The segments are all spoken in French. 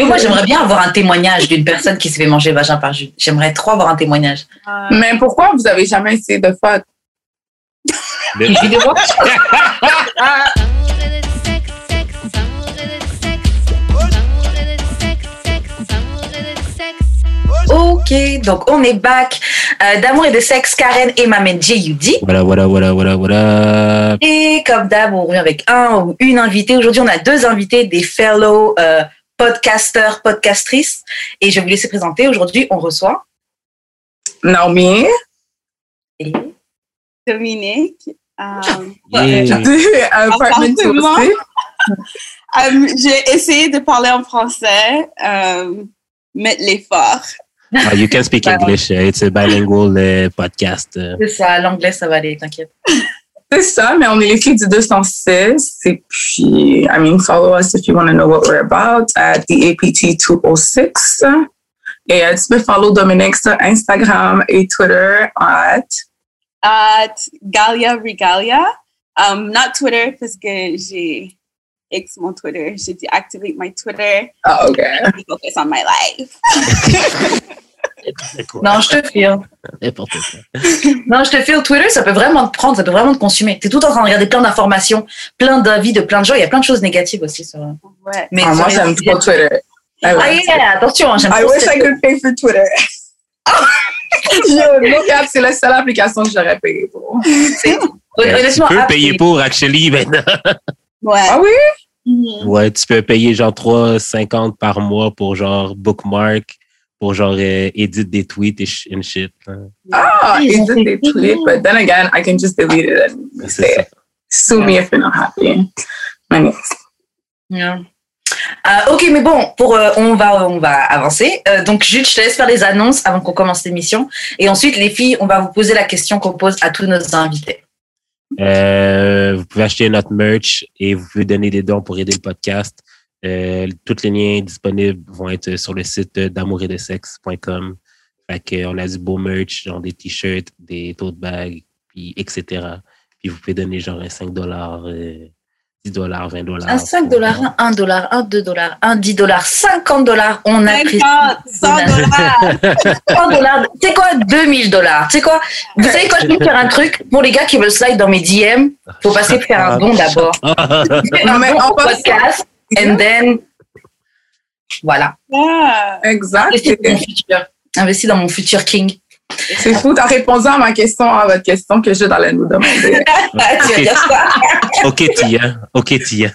moi, j'aimerais bien avoir un témoignage d'une personne qui s'est fait manger vagin par Jude. J'aimerais trop avoir un témoignage. Mais pourquoi vous avez jamais essayé de fuck? Une vidéo? Ok, donc on est back. D'amour et de sexe, Karen et ma main J.U.D. Voilà. Et comme d'hab, on revient avec un ou une invitée. Aujourd'hui, on a deux invités, des fellow podcasters, podcastrices. Et je vais vous laisser présenter. Aujourd'hui, on reçoit Naomi. et Dominique. Apartment 206. J'ai essayé de parler en français, mettre l'effort. You can speak English. It's a bilingual podcast. c'est ça, l'anglais, ça va aller, t'inquiète. C'est ça, mais on est les filles du 206. Et puis, follow us if you want to know what we're about at the APT 206. Et tu peux follow Dominique sur Instagram et Twitter at Galia Regalia. Not Twitter, parce que j'ai X mon Twitter. J'ai deactivate my Twitter. Oh, OK. Focus on my life. Non, je te file. N'importe quoi. Non, je te file. Twitter, ça peut vraiment te prendre, ça peut vraiment te consumer. T'es tout en train de regarder plein d'informations, plein d'avis de plein de gens. Il y a plein de choses négatives aussi sur. Ouais. Mais moi, j'aime trop Twitter. Attention, j'aime I trop wish I could pay for Twitter. Regarde, c'est la seule application que j'aurais payé pour. Tu peux payer pour, actually, maintenant. Ouais. Ah oui? Mm-hmm. Ouais, tu peux payer genre 3,50 par mois pour genre bookmark, pour genre éditer des tweets and shit. Edit des tweets, but then again, I can just delete it and say, sue me if you're not happy. Yeah. Ok, mais bon, on va avancer. Donc, Jude, je te laisse faire les annonces avant qu'on commence l'émission. Et ensuite, les filles, on va vous poser la question qu'on pose à tous nos invités. Vous pouvez acheter notre merch et vous pouvez donner des dons pour aider le podcast. Tous les liens disponibles vont être sur le site d'amouretdesexe.com. Fait qu'on a du beau merch, genre des t-shirts, des tote bags, puis etc. Puis vous pouvez donner genre un $5, $10, $20. Un $5, $1, $2, $1, $10, $50. On a pris $100. $100. Tu sais quoi? $2000. Tu sais quoi? Vous savez quoi? Je vais faire un truc pour les gars qui veulent slide dans mes DM. Faut passer faire un don d'abord. Mais en podcast. And then, voilà. Yeah. Exact. Investis dans mon futur king. C'est fou, t'as répondu à votre question que je allais nous demander. Tu vas dire ça? Ok, Tia.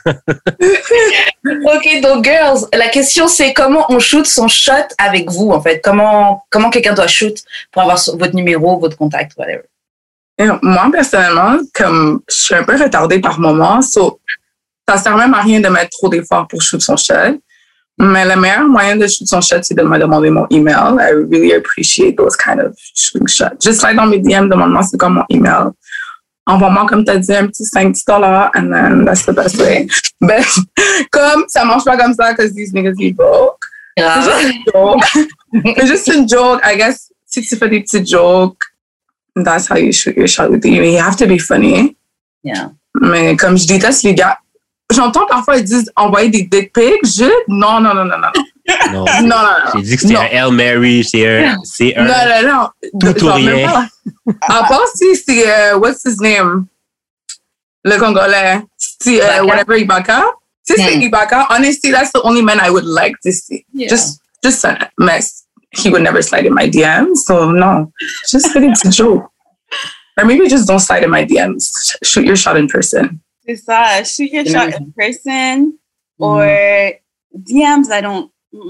Ok, donc, girls, la question, c'est comment on shoot son shot avec vous, en fait? Comment quelqu'un doit shoot pour avoir votre numéro, votre contact, whatever? Et moi, personnellement, comme je suis un peu retardée par moment, ça sert même à rien de mettre trop d'efforts pour shoot son shot. Mais le meilleur moyen de shoot son shot, c'est de me demander mon email. I really appreciate those kind of shooting shots. Just slide dans mes DM, demande-moi c'est quoi mon email. Envoie-moi, comme tu as dit, un petit $5, and then that's the best way. Ben, comme ça marche pas comme ça, because these niggas be broke. C'est juste une joke. C'est juste une joke. I guess, si tu fais des petites jokes, that's how you shoot your shot with you. You have to be funny. Yeah. Mais comme je déteste les gars, j'entends parfois ils disent envoyer des dick pics. Non. Non. Non. J'ai dit que c'était un Hail Mary, c'est un Non. tout ou rien. À part si c'est, what's his name? Le Congolais. Si, whatever, Ibaka. Si c'est Ibaka, honestly, that's the only man I would like to see. Yeah. Just a mess. He would never slide in my DMs, so no. Just kidding, it's a joke. Or maybe just don't slide in my DMs. Shoot your shot in person. C'est ça. Shoot your shot in person or DMs. I don't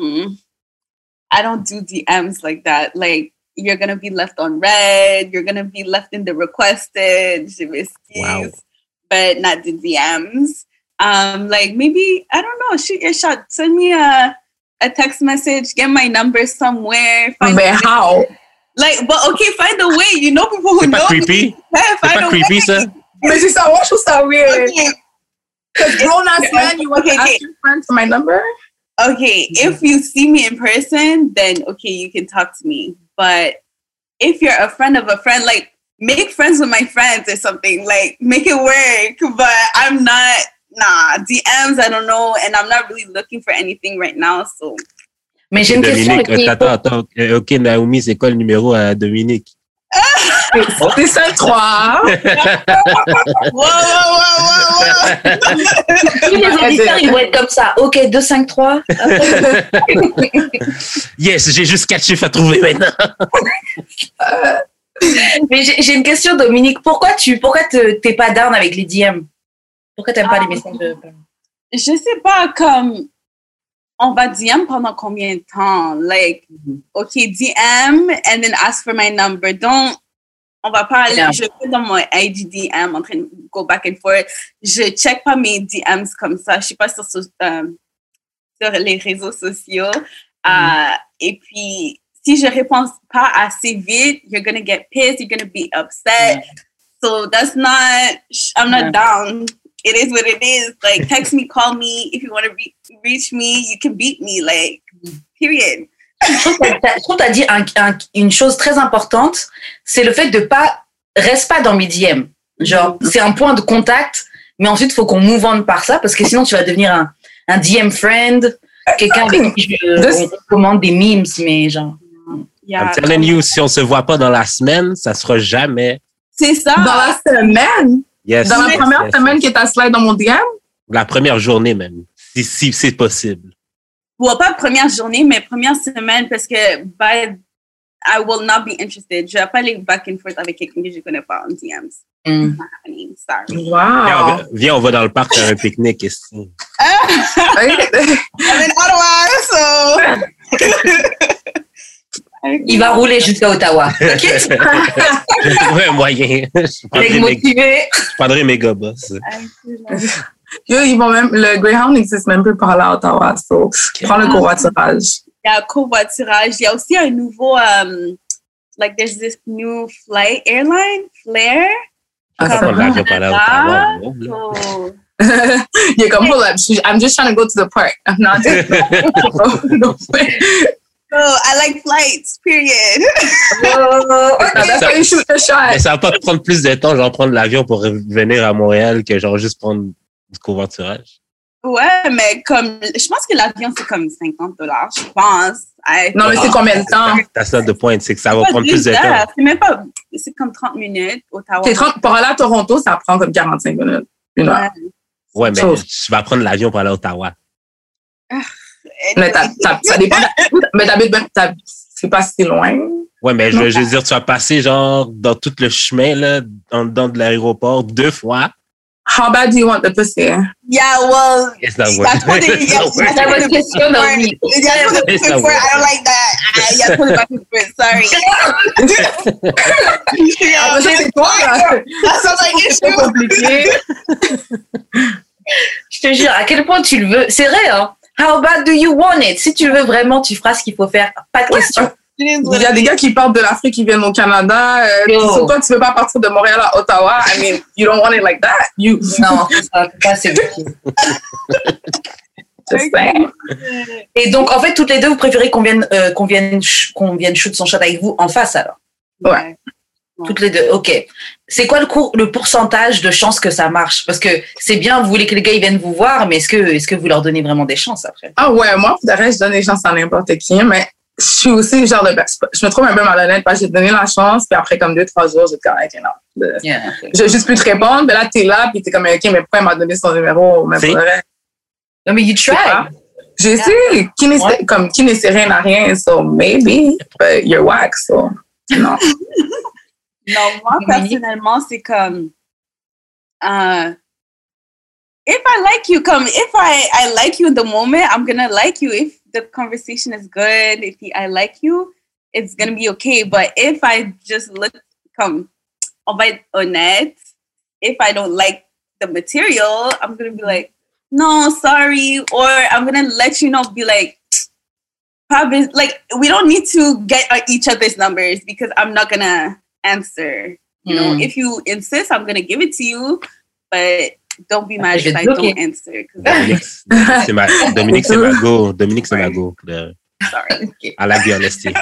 do DMs like that. Like, you're gonna be left on red. You're gonna be left in the requested. Wow. But not the DMs. Like maybe I don't know. Shoot your shot. Send me a text message. Get my number somewhere. But how? Like, but okay, find a way. You know people who C'est know. pas creepy? Yeah, C'est pas creepy, ça? Mais c'est ça, moi, je trouve ça weird. Okay. Because grown-ass man, you want to ask your friend for my number? Okay, if you see me in person, then okay, you can talk to me. But if you're a friend of a friend, like make friends with my friends or something. Like make it work. But I'm not nah, DMs, I don't know, and I'm not really looking for anything right now, so. Mais j'ai une question. Dominique, attends. OK, Naomi, c'est quoi le numéro à Dominique? C'est 5-3. Wow. Tous les auditeurs, ils vont être comme ça. OK, 2, 5, 3. Yes, j'ai juste 4 chiffres à trouver maintenant. Mais j'ai une question, Dominique. Pourquoi t'es pas down avec les DM? Pourquoi t'aimes pas les messages de... Je sais pas, comme, on va DM pendant combien de temps? Like, okay, DM and then ask for my number. On va pas aller, je vais dans mon IG DM en train de go back and forth. Je check pas mes DMs comme ça. Je suis pas sur les réseaux sociaux. Et puis, si je réponds pas assez vite, you're gonna get pissed, you're gonna be upset. So that's not, I'm not down. It is what it is. Like, text me, call me. If you want to reach me, you can beat me. Like, period. Je trouve que tu as dit une chose très importante, c'est le fait de reste pas dans mes DM. Genre, c'est un point de contact, mais ensuite, il faut qu'on move on par ça, parce que sinon, tu vas devenir un DM friend, quelqu'un avec qui on commande des memes, mais genre... I'm telling you, si on se voit pas dans la semaine, ça sera jamais... C'est ça. Dans la semaine? Yes. Dans la première semaine qui est à slide dans mon DM? La première journée même, si c'est possible. Well, pas première journée, mais première semaine, parce que I will not be interested. Je vais pas aller back and forth avec quelqu'un que je connais pas en DMs. It's not happening. Sorry. Wow. Viens, on va dans le parc faire un pique-nique ici. I'm in Ottawa, so... Il va rouler jusqu'à Ottawa. OK? J'ai trouvé un moyen. Je prendrai mes gobos. Ils vont même, le Greyhound n'existe même plus par là à Ottawa. So, prends le covoiturage. Il y a covoiturage. Il y a aussi un nouveau, like there's this new airline, Flair. Comme l'avion par là à Ottawa. Il est comme, hold up, I'm just trying to go to the park. I'm not Oh, I like flights, period. Okay. Shoot the shot. Mais ça va pas prendre plus de temps, genre prendre l'avion pour venir à Montréal que genre juste prendre du covoiturage. Ouais, mais comme, je pense que l'avion, c'est comme $50, je pense. Non, mais c'est combien de temps? That's not the point, c'est que ça va prendre plus de temps. C'est même pas, c'est comme 30 minutes, Ottawa. Pour aller à Toronto, ça prend comme 45 minutes, une heure. Ouais, mais tu vas prendre l'avion pour aller à Ottawa. Mais ça dépend. Mais c'est pas si loin. Ouais, mais je veux dire, tu vas passer genre dans tout le chemin là, en dedans de l'aéroport 2 fois. How bad do you want the pussy? Yeah, well, it's not I worth it. That was question, Naomi. I don't like that. Yeah, put it back in front. Sorry. C'est toi, là. That's not my issue. Compliqué. Je te jure, à quel point tu le veux. C'est vrai, hein? How bad do you want it? Si tu le veux vraiment, tu feras ce qu'il faut faire. Pas de question. Il y a des gars qui partent de l'Afrique, qui viennent au Canada. Sur toi, tu ne veux pas partir de Montréal à Ottawa. I mean, you don't want it like that. Non, c'est difficile. Et donc, en fait, toutes les deux, vous préférez qu'on vienne shoot son shot avec vous en face, alors? Ouais. Toutes les deux, OK. C'est quoi le pourcentage de chances que ça marche? Parce que c'est bien, vous voulez que les gars ils viennent vous voir, mais est-ce que vous leur donnez vraiment des chances après? Ah ouais, moi, pour de reste, je donne des chances à n'importe qui, mais je suis aussi le genre de personne. Je me trouve un peu malhonnête parce que j'ai donné la chance, puis après, comme 2-3 jours, j'ai dit, OK, non. J'ai juste pu te répondre, mais là, t'es là, puis t'es comme, OK, mais pourquoi il m'a donné son numéro? Mais pour vrai. Non, mais you try. J'ai essayé. Qui n'essaie rien à rien, so maybe, but you're whack, so non. Non, moi, personnellement, c'est comme, if I like you, if I like you in the moment, I'm gonna like you. If the conversation is good, if I like you, it's gonna be okay. But if I just on va être honnête, if I don't like the material, I'm gonna be like, no, sorry, or I'm gonna let you know, be like, probably, like, we don't need to get each other's numbers because I'm not gonna answer. You know, if you insist, I'm gonna give it to you, but don't be mad if I don't answer. Dominique, c'est ma go. Dominique, c'est ma go. Sorry. I like the honesty.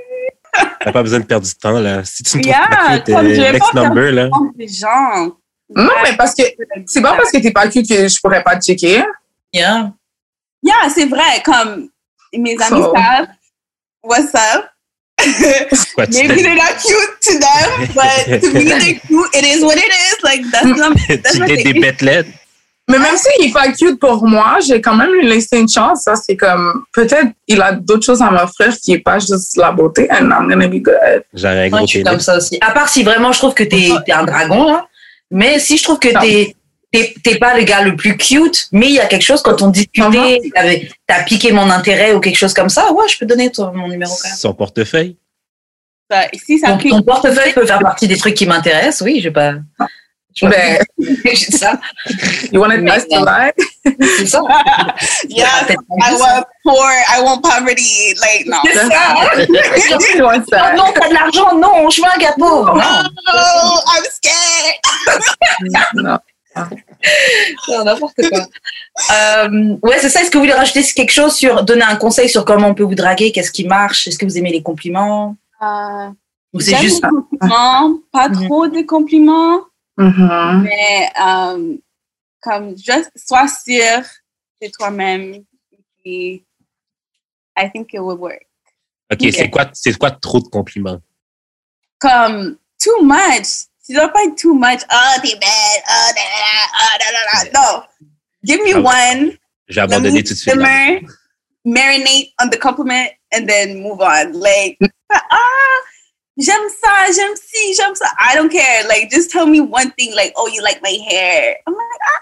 Sorry. T'as pas besoin de perdre du temps, là. Si tu me trouves pas cute, next number, là. Des gens. Non, mais parce que c'est pas parce que t'es pas cute que je pourrais pas te checker. Yeah. Yeah, c'est vrai. Comme mes amis savent, what's up? Maybe they're not cute to them, but to me they're cute. It is what it is. Like that's tu my t'es des thing. bêtelettes. Mais même s'il est pas cute pour moi, j'ai quand même lui laissé une chance. Ça, c'est comme, peut-être il a d'autres choses à m'offrir qui est pas juste la beauté, and I'm gonna be good. J'aurais un gros Moi, je suis pénis. comme ça aussi. À part si vraiment je trouve que t'es un dragon, là. Mais si je trouve que t'es pas le gars le plus cute, mais il y a quelque chose, quand on discutait, t'as piqué mon intérêt ou quelque chose comme ça, ouais, je peux donner mon numéro quand même. Son portefeuille. Si ça pique. Ton portefeuille peut faire partie des trucs qui m'intéressent, oui, j'ai pas. Ben, C'est ça. you want us to lie? C'est ça. Yeah, I want poverty. Like, no. C'est ça. You want that? Non, t'as de l'argent, non, je veux un gars pauvre. Oh, I'm scared. Non. Non, n'importe quoi. Ouais, c'est ça. Est-ce que vous voulez rajouter quelque chose donner un conseil sur comment on peut vous draguer? Qu'est-ce qui marche? Est-ce que vous aimez les compliments? Ou c'est J'aime juste. les compliments, pas trop de compliments, Mm-hmm. mais comme juste sois sûr de toi-même. Et I think it would work. OK, c'est quoi trop de compliments? Comme too much. Tu dois pas être too much. Oh, t'es belle. Oh, da, da, da, da. No. Give me one. J'ai abandonné tout de suite. Simmer, marinate on the compliment, and then move on. Like, j'aime ça, j'aime ci, j'aime ça. I don't care. Like, just tell me one thing. Like, oh, you like my hair. I'm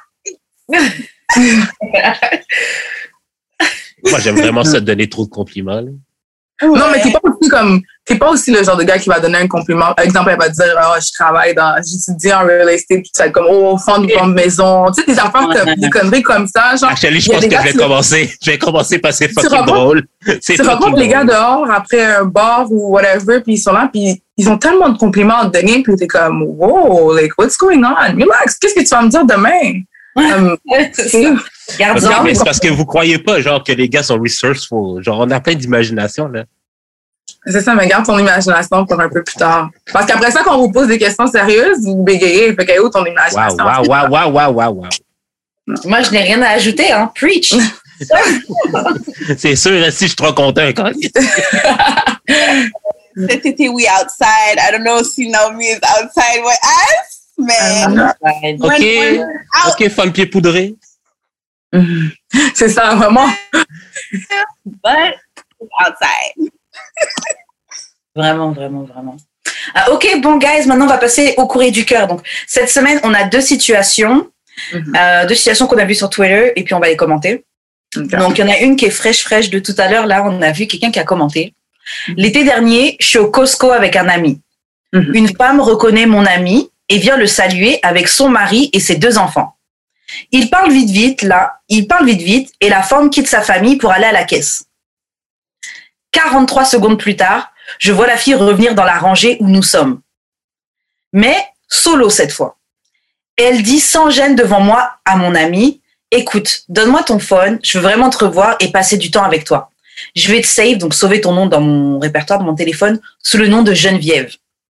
like, Moi, j'aime vraiment ça donner trop de compliments. Là. Non, mais t'es pas aussi le genre de gars qui va donner un compliment. Par exemple, elle va dire, j'étudie en real estate, puis tu vas être comme, oh, fond de maison. Tu sais, des affaires comme, des conneries comme ça. Genre, actually, je pense que je vais commencer par c'est fucking drôle. Tu rencontres les gars dehors après un bar ou whatever, puis ils sont là, puis ils ont tellement de compliments à te donner, puis t'es comme, wow, like, what's going on? Relax, qu'est-ce que tu vas me dire demain? C'est ça. Okay, mais c'est parce que vous croyez pas, genre, que les gars sont resourceful. Genre, on a plein d'imagination, là. C'est ça, mais garde ton imagination pour un peu plus tard. Parce qu'après ça, quand on vous pose des questions sérieuses, vous bégayez. Fait que où ton imagination? Wow. Moi, je n'ai rien à ajouter, hein. Preach. C'est sûr, si je suis trop content, quand cet été, we outside. I don't know si Naomi is outside with us, mais... OK, femme pied poudré. C'est ça, vraiment. But outside. Vraiment. OK, bon, guys, maintenant, on va passer au courrier du cœur. Donc, cette semaine, on a deux situations qu'on a vues sur Twitter, et puis on va les commenter. Okay. Donc, il y en a une qui est fraîche de tout à l'heure. Là, on a vu quelqu'un qui a commenté. L'été dernier, je suis au Costco avec un ami. Une femme reconnaît mon ami et vient le saluer avec son mari et ses 2 enfants. Il parle vite, et la femme quitte sa famille pour aller à la caisse. 43 secondes plus tard, je vois la fille revenir dans la rangée où nous sommes. Mais solo cette fois. Elle dit sans gêne devant moi à mon ami, « Écoute, donne-moi ton phone, je veux vraiment te revoir et passer du temps avec toi. Je vais te save, donc sauver ton nom dans mon répertoire, de mon téléphone, sous le nom de Geneviève. »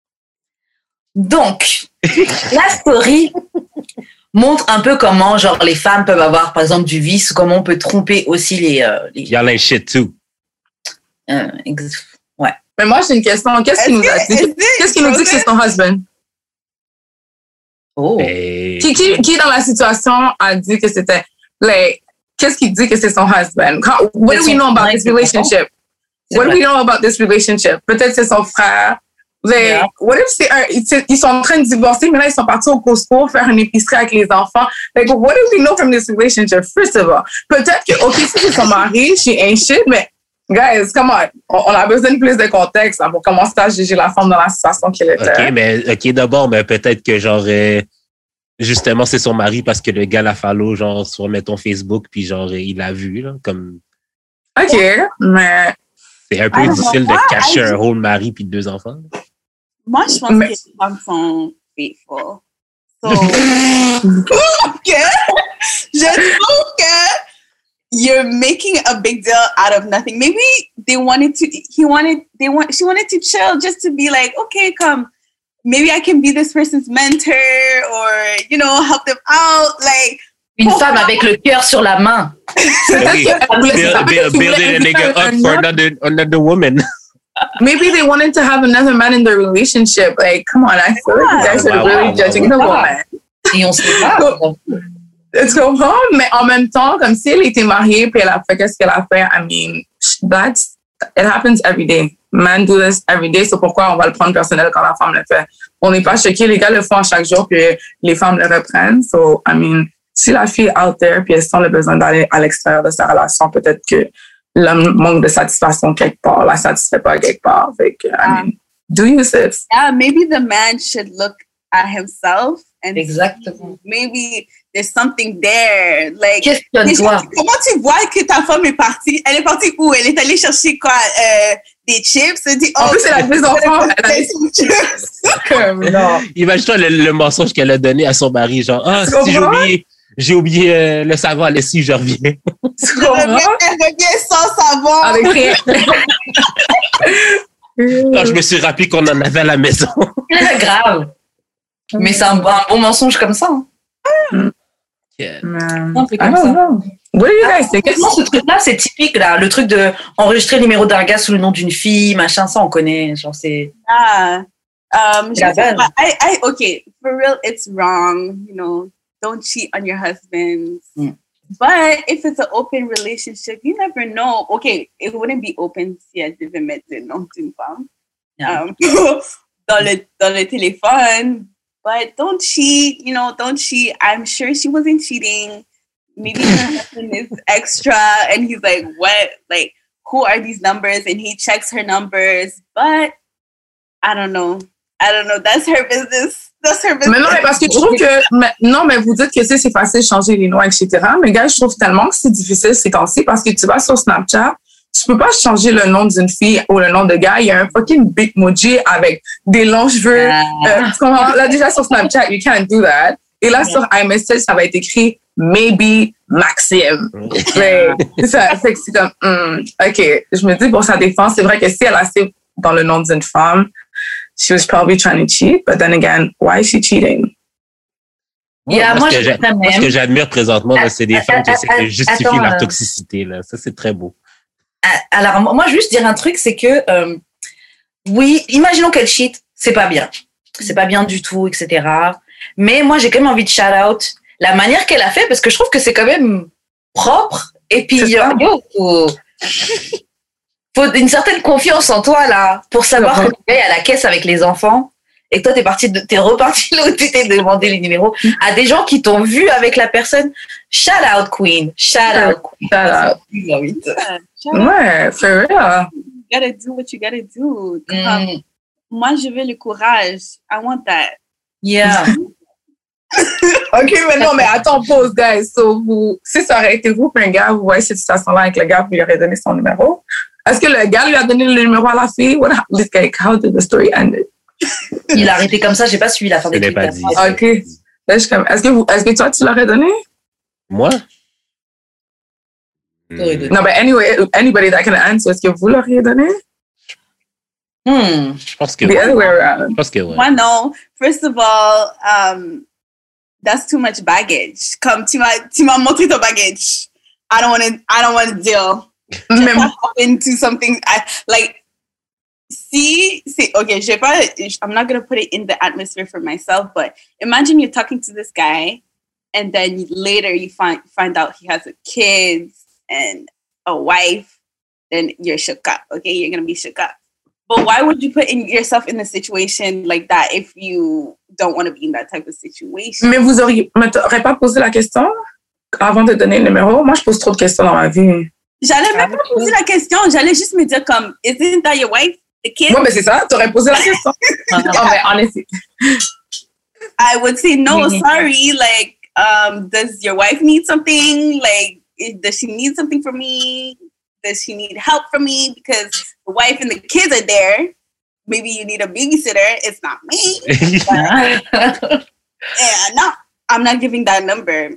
Donc, la story montre un peu comment, genre, les femmes peuvent avoir, par exemple, du vice, ou comment on peut tromper aussi les... Y'all ain't shit too. Ouais. Mais moi, j'ai une question. Qu'est-ce qu'il nous a dit? Qu'est-ce qu'il nous dit que c'est son husband? Oh. Qui dans la situation a dit que c'était... Like, qu'est-ce qu'il dit que c'est son husband? What do we know about this relationship? What do we know about this relationship? Peut-être c'est son frère. Like, what if ils sont en train de divorcer, mais là, ils sont partis au Costco faire une épicerie avec les enfants. Like, what do we know from this relationship? First of all, peut-être que, OK, si c'est son mari, she ain't shit, mais guys, come on. On a besoin de plus de contexte pour commencer à juger la femme dans la situation qu'elle était. OK, d'abord, mais peut-être que, genre, justement, c'est son mari parce que le gars l'a follow, genre, sur, mettons, Facebook, puis, genre, il l'a vu, là, comme... OK, mais... C'est un peu difficile de cacher un rôle mari puis 2 enfants. Moi, je pense que les femmes sont faithful. So, je trouve que you're making a big deal out of nothing. Maybe she wanted to chill just to be like, okay, come. maybe I can be this person's mentor or, you know, help them out. Like, une femme avec le cœur sur la main. Building a nigga up for another woman. Maybe they wanted to have another man in their relationship. Like, come on, I feel like you guys are really judging the woman. Et on sait pas. Tu comprends? Mais en même temps, comme si elle était mariée puis elle a fait qu'est-ce qu'elle a fait, I mean, it happens every day. Men do this every day, c'est pourquoi on va le prendre personnel quand la femme le fait. On n'est pas choqués, les gars le font à chaque jour puis les femmes le reprennent. So, I mean, si la fille est out there puis elle sent le besoin d'aller à l'extérieur de sa relation, peut-être que l'homme manque de satisfaction quelque part, la satisfait pas quelque part. Fait que, I mean, do you, sis? Yeah, maybe the man should look at himself and Exactement. maybe there's something there. Like, questionne-toi. Comment tu vois que ta femme est partie? Elle est partie où? Elle est allée chercher quoi? Des chips? Elle dit, En plus, elle a des enfants. Non. Imagine-toi le mensonge qu'elle a donné à son mari, genre, si j'ai oublié le savon à lessive, je reviens. Elle revient sans savon. Avec rien. Quand je me suis rappelé qu'on en avait à la maison. C'est grave. Mais c'est un bon mensonge comme ça. Hein. Yeah. Un peu comme ça. What do you guys think? Ce truc-là, c'est typique, là. Le truc de enregistrer le numéro d'un gars sous le nom d'une fille, machin, ça, on connaît. Genre, c'est. Okay, for real, it's wrong. You know, don't cheat on your husbands. But if it's an open relationship, you never know. Okay, it wouldn't be open si elle devait mettre le nom d'une femme dans le téléphone. But don't cheat, you know, don't cheat. I'm sure she wasn't cheating. Maybe her husband is extra and he's like, what? Like, who are these numbers? And he checks her numbers. But I don't know. That's her business. Mais non, mais parce que je trouve que, non, mais vous dites que c'est facile de changer les noms, etc. Mais gars, je trouve tellement que c'est difficile ces temps-ci parce que tu vas sur Snapchat, tu peux pas changer le nom d'une fille ou le nom de gars. Il y a un fucking bitmoji avec des longs cheveux. Tu comprends? Là, déjà sur Snapchat, you can't do that. Et là, sur iMessage, ça va être écrit Maybe Maxime. Ça fait que c'est comme, OK. Je me dis, pour sa défense, c'est vrai que si elle a assez dans le nom d'une femme, she was probably trying to cheat, but then again, why is she cheating? Yeah, moi, ce que j'admire présentement, c'est des femmes qui essaient de justifier leur toxicité. Là. Ça, c'est très beau. Alors, moi, je veux juste dire un truc, c'est que, oui, imaginons qu'elle cheat, c'est pas bien. C'est pas bien du tout, etc. Mais moi, j'ai quand même envie de shout out la manière qu'elle a fait, parce que je trouve que c'est quand même propre. Et puis, faut une certaine confiance en toi, là, pour savoir que tu es à la caisse avec les enfants et que toi, t'es reparti là où tu t'es demandé les numéros à des gens qui t'ont vu avec la personne. Shout out, Queen. Shout out. Ouais, for real. You gotta do what you gotta do. Moi, je veux le courage. I want that. Yeah. OK, mais non, mais attends, pause, guys. So, si ça aurait été vous, puis un gars, vous voyez cette situation-là avec le gars, vous lui aurez donné son numéro. Est-ce que le gars lui a donné le numéro à la fille? How did the story end? Il a arrêté comme ça, j'ai pas suivi la fin des trucs. OK. Là, je suis comme, est-ce que toi, tu l'aurais donné? Moi? Non, mais anyway, anybody that can answer, est-ce que vous l'auriez donné? Je pense que The other way around. Je pense que oui. Moi, non. First of all, that's too much baggage. Comme tu m'as montré ton baggage. I don't want to deal. Into something I'm not going to put it in the atmosphere for myself, but imagine you're talking to this guy and then later you find out he has kids and a wife, then you're shook up. Okay, you're going to be shook up. But why would you put yourself in a situation like that if you don't want to be in that type of situation? Mais vous m'auriez pas posé la question avant de donner le numéro? Moi, je pose trop de questions dans ma vie. J'allais même pas poser la question. J'allais juste me dire comme, isn't that your wife, the kid? Ouais, mais c'est ça. T'aurais posé la question. Mais honestly. I would say no. Sorry. Like, does your wife need something? Like, does she need something from me? Does she need help from me? Because the wife and the kids are there. Maybe you need a babysitter. It's not me. Yeah, no, I'm not giving that number.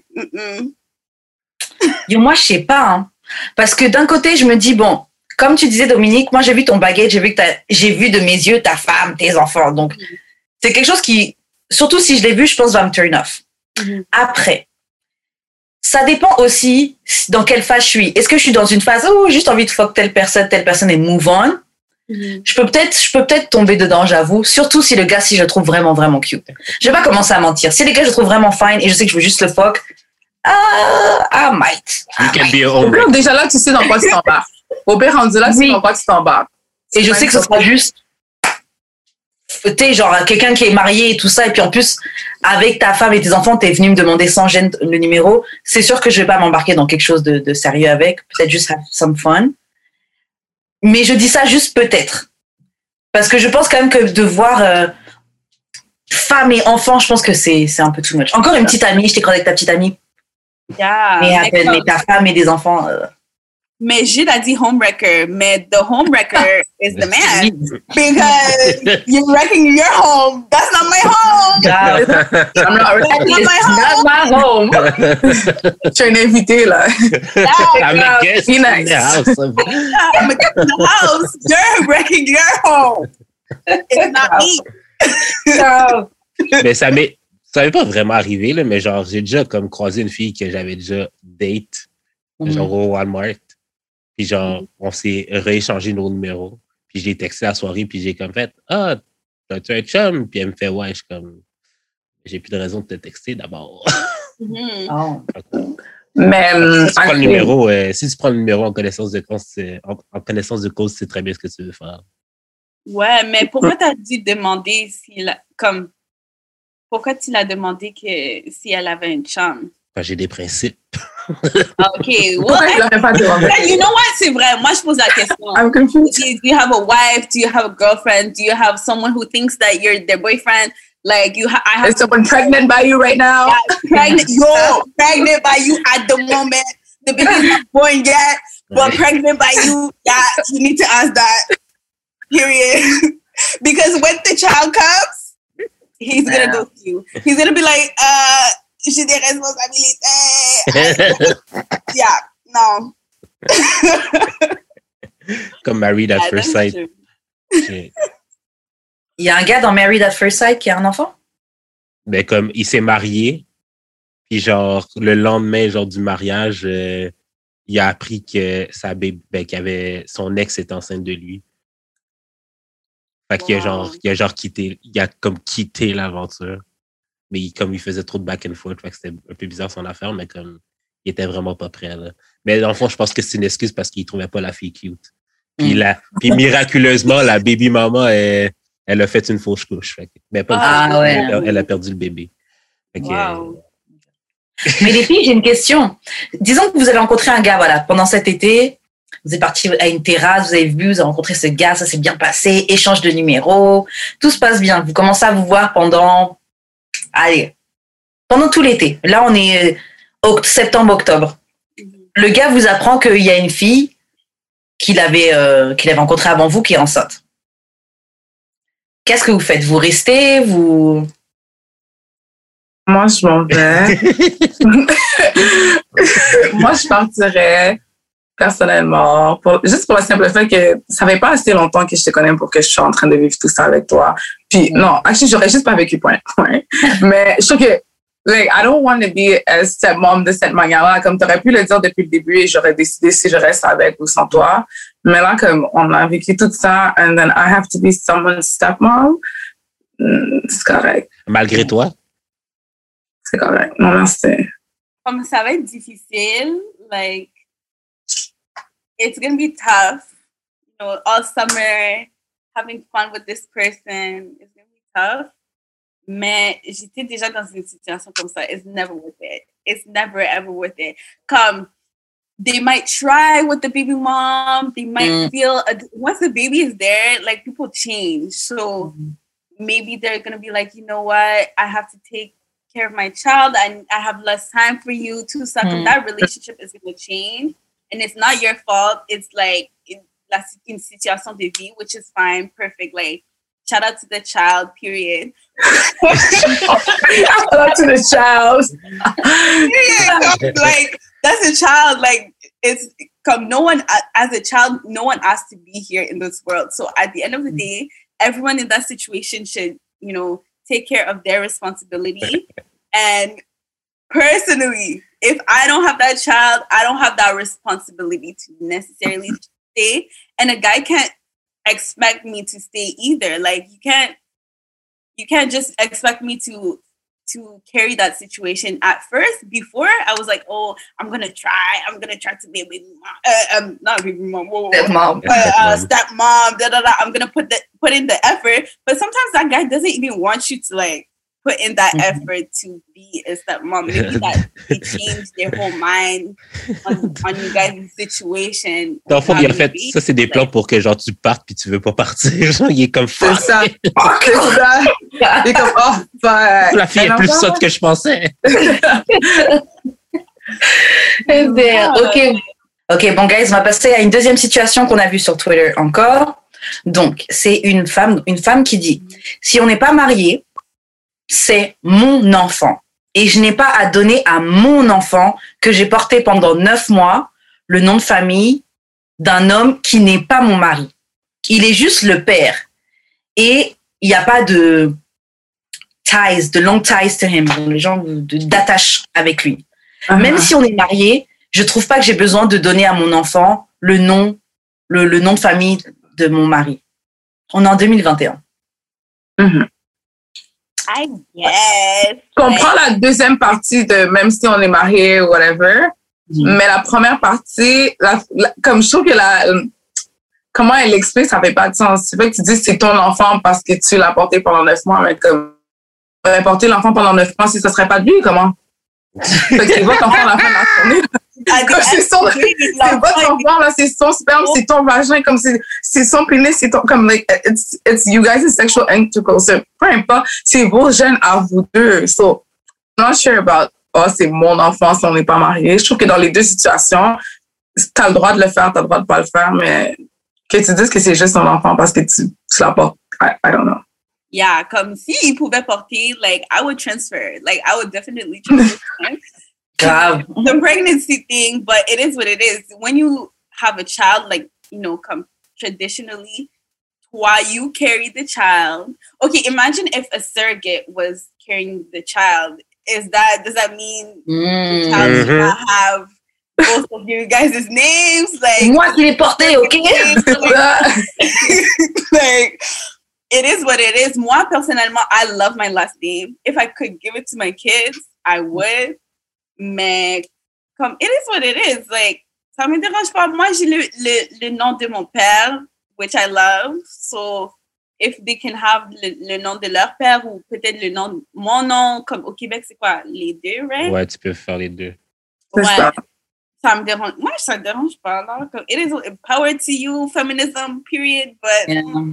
Yo, moi, je sais pas, hein. Parce que d'un côté, je me dis, bon, comme tu disais, Dominique, moi, j'ai vu ton baguette, j'ai vu de mes yeux ta femme, tes enfants. Donc, c'est quelque chose qui, surtout si je l'ai vu, je pense va me turn off. Après, ça dépend aussi dans quelle phase je suis. Est-ce que je suis dans une phase où j'ai juste envie de fuck telle personne et move on? Je peux peut-être tomber dedans, j'avoue. Surtout si le gars, si je le trouve vraiment, vraiment cute. Je vais pas commencer à mentir. Si les gars, je le trouve vraiment fine et je sais que je veux juste le fuck, I might. You can be a home Au pire, déjà là, tu sais dans quoi tu t'embarques. Au pire, rendu là, tu sais dans quoi tu t'embarques. Et je sais que ce sera juste, tu sais, genre quelqu'un qui est marié et tout ça, et puis en plus, avec ta femme et tes enfants, t'es venu me demander sans gêne le numéro. C'est sûr que je vais pas m'embarquer dans quelque chose de sérieux avec. Peut-être juste have some fun. Mais je dis ça juste peut-être. Parce que je pense quand même que de voir femme et enfant, je pense que c'est un peu too much. Encore une petite amie, je t'ai croisé avec ta petite amie. Yeah, mais ta femme et des enfants. Mais Jude a dit homewrecker, mais the homewrecker is the man. Because you're wrecking your home. That's not my home. I'm not That's not my home. Not my home. Je suis une invitée, là. I'm a guest Be in nice. the house. I'm a guest in the house. You're wrecking your home. It's not me. Mais ça m'est pas vraiment arrivé, là, mais genre, j'ai déjà comme croisé une fille que j'avais déjà date, genre au Walmart. Puis genre, on s'est rééchangé nos numéros. Puis je l'ai texté la soirée, puis j'ai comme fait « Ah, t'as-tu un chum? » Puis elle me fait « Ouais, je suis comme... J'ai plus de raison de te texter d'abord. Oh. Mais Si tu prends le numéro en connaissance de cause, c'est très bien ce que tu veux faire. Ouais, mais pourquoi t'as dû demander pourquoi tu l'as demandé si elle avait une chum? J'ai des principes. OK. Pourquoi tu l'aurais pas demandé? You know what? C'est vrai. Moi, je pose la question. I'm confused. Do you have a wife? Do you have a girlfriend? Do you have someone who thinks that you're their boyfriend? Like, Is someone pregnant by you right now? Pregnant by you at the moment. The baby's not born yet, but pregnant by you. Yeah, you need to ask that. Period. Because when the child comes, he's gonna go to you. He's gonna be like, j'ai des responsabilités. Yeah, no. Comme Married at First Sight. Il y a un gars dans Married at First Sight qui a un enfant? Ben, comme, il s'est marié, puis genre, le lendemain, genre, du mariage, il a appris que son ex est enceinte de lui. Fait qu'il a quitté l'aventure. Mais il faisait trop de back and forth, fait que c'était un peu bizarre son affaire, mais comme, il était vraiment pas prêt, là. Mais dans le fond, je pense que c'est une excuse parce qu'il trouvait pas la fille cute. Puis miraculeusement, la baby maman, elle a fait une fausse couche. Mais pas elle a perdu le bébé. Wow. Mais les filles, j'ai une question. Disons que vous avez rencontré un gars, voilà, pendant cet été, vous êtes parti à une terrasse, vous avez vu, vous avez rencontré ce gars, ça s'est bien passé, échange de numéros, tout se passe bien. Vous commencez à vous voir pendant tout l'été. Là, on est septembre, octobre. Le gars vous apprend qu'il y a une fille qu'il avait rencontrée avant vous qui est enceinte. Qu'est-ce que vous faites? Vous restez? Moi, je m'en vais. Moi, je partirais personnellement, juste pour le simple fait que ça fait pas assez longtemps que je te connais pour que je sois en train de vivre tout ça avec toi. Puis, non, actually, j'aurais juste pas vécu, point. Mais je trouve que, like, I don't want to be a stepmom de cette manière-là. Comme tu aurais pu le dire depuis le début et j'aurais décidé si je reste avec ou sans toi. Mais là, comme on a vécu tout ça, and then I have to be someone's stepmom, c'est correct. Malgré toi? C'est correct. Non, merci. Comme ça va être difficile, like, it's going to be tough. You know, all summer, having fun with this person, it's going to be tough. Mais j'étais déjà dans une situation comme ça. It's never worth it. It's never, ever worth it. Come, they might try with the baby mom. They might feel, once the baby is there, like, people change. So maybe they're going to be like, you know what? I have to take care of my child and I have less time for you to suck. That relationship is going to change. And it's not your fault. It's like in situation de vie, which is fine, perfect. Like, shout out to the child, period. Shout out to the child. Like, that's a child. Like, it's come. No one, as a child, no one asked to be here in this world. So at the end of the day, everyone in that situation should, you know, take care of their responsibility. And personally, if I don't have that child, I don't have that responsibility to necessarily stay. And a guy can't expect me to stay either. Like you can't just expect me to carry that situation. At first, before I was like, oh, I'm gonna try to be a baby mom, not a baby mom, stepmom, I'm gonna put in the effort. But sometimes that guy doesn't even want you to like put in that effort to be a stepmom. Maybe that they change their whole mind on you guys' situation. Dans le fond, il a fait ça, c'est des plans pour que genre tu partes puis tu veux pas partir. Genre, il est comme fuck. C'est ça. Il est comme la fille est plus sotte que je pensais. Ok, bon guys, on va passer à une deuxième situation qu'on a vue sur Twitter encore. Donc, c'est une femme qui dit si on n'est pas marié, c'est mon enfant. Et je n'ai pas à donner à mon enfant que j'ai porté pendant 9 mois le nom de famille d'un homme qui n'est pas mon mari. Il est juste le père. Et il n'y a pas de ties, de long ties to him, les gens d'attache avec lui. Même si on est marié, je trouve pas que j'ai besoin de donner à mon enfant le nom de famille de mon mari. On est en 2021. I guess. Je comprends la deuxième partie de même si on est marié ou whatever, mais la première partie, comme je trouve que comment elle explique, ça fait pas de sens. C'est vrai que tu dis que c'est ton enfant parce que tu l'as porté pendant 9 mois, mais comme porter l'enfant pendant 9 mois, si ça serait pas de lui, comment? Fait que c'est votre enfant à la fin de la journée. C'est votre enfant, là, c'est son sperme, c'est ton vagin, comme c'est son pénis, c'est ton, comme, like, it's you guys' sexual intercourse. Peu importe, c'est vos gènes à vous deux. So, I'm not sure about, c'est mon enfant si on n'est pas marié. Je trouve que dans les deux situations, t'as le droit de le faire, t'as le droit de pas le faire, mais que tu dises que c'est juste ton enfant parce que tu l'as pas, I don't know. Yeah, comme si il pouvait porter, like, I would transfer. Like, I would definitely transfer. The pregnancy thing, but it is what it is. When you have a child, like, you know, traditionally, while you carry the child. Okay, imagine if a surrogate was carrying the child. Does that mean the child should not have both of you guys' names? Like, moi qui l'ai porté, ok? Like, it is what it is. Moi, personnellement, I love my last name. If I could give it to my kids, I would. Mais comme it is what it is, like ça me dérange pas. Moi j'ai le nom de mon père, which I love. So if they can have le nom de leur père ou peut-être le nom de mon nom, comme au Québec c'est quoi, les deux, right? Ouais, tu peux faire les deux. Ouais. Ça me dérange. Moi ça me dérange pas là. Comme, it is power to you, feminism, period. But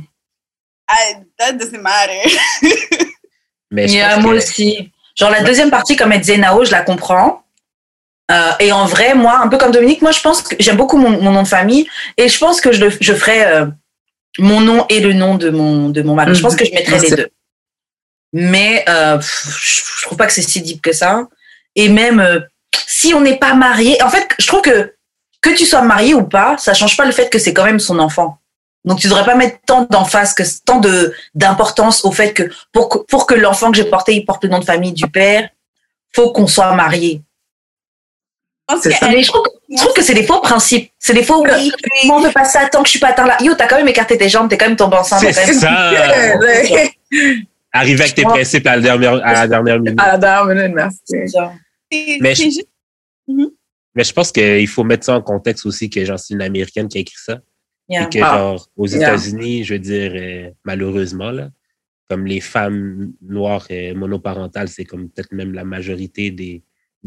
that doesn't matter. Mais moi aussi. Genre, la deuxième partie, comme elle disait Nao, je la comprends. Et en vrai, moi, un peu comme Dominique, moi, je pense que j'aime beaucoup mon nom de famille. Et je pense que je ferais mon nom et le nom de mon mari. Je pense que je mettrais les deux. Mais je trouve pas que c'est si deep que ça. Et même si on n'est pas marié... En fait, je trouve que tu sois marié ou pas, ça change pas le fait que c'est quand même son enfant. Donc, tu devrais pas mettre tant d'importance au fait que pour que l'enfant que j'ai porté, il porte le nom de famille du père, faut qu'on soit marié. Mais je trouve que c'est des faux principes. C'est des faux, oui, moi, on veut pas ça tant que je suis pas atteint là. Yo, t'as quand même écarté tes jambes, t'es quand même tombé enceinte. C'est ça. Arriver avec tes principes à la dernière minute. À la dernière minute, merci. Mais je pense qu'il faut mettre ça en contexte aussi que genre c'est une Américaine qui a écrit ça. Yeah. Et que genre aux États-Unis, je veux dire malheureusement là, comme les femmes noires monoparentales, c'est comme peut-être même la majorité des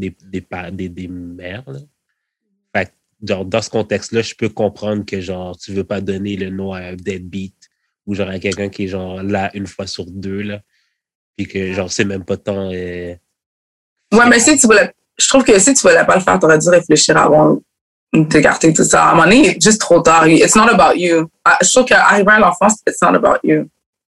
mères. Là. Fait que, genre dans ce contexte-là, je peux comprendre que genre tu veux pas donner le nom à un deadbeat ou genre à quelqu'un qui est genre là une fois sur deux là, puis que genre c'est même pas tant. Ouais, mais si tu voulais, je trouve que si tu voulais pas le faire, t'aurais dû réfléchir avant d'écarter tout ça. À un moment donné, c'est juste trop tard. It's not about you. Je trouve qu'arriver à l'enfance, it's not about you.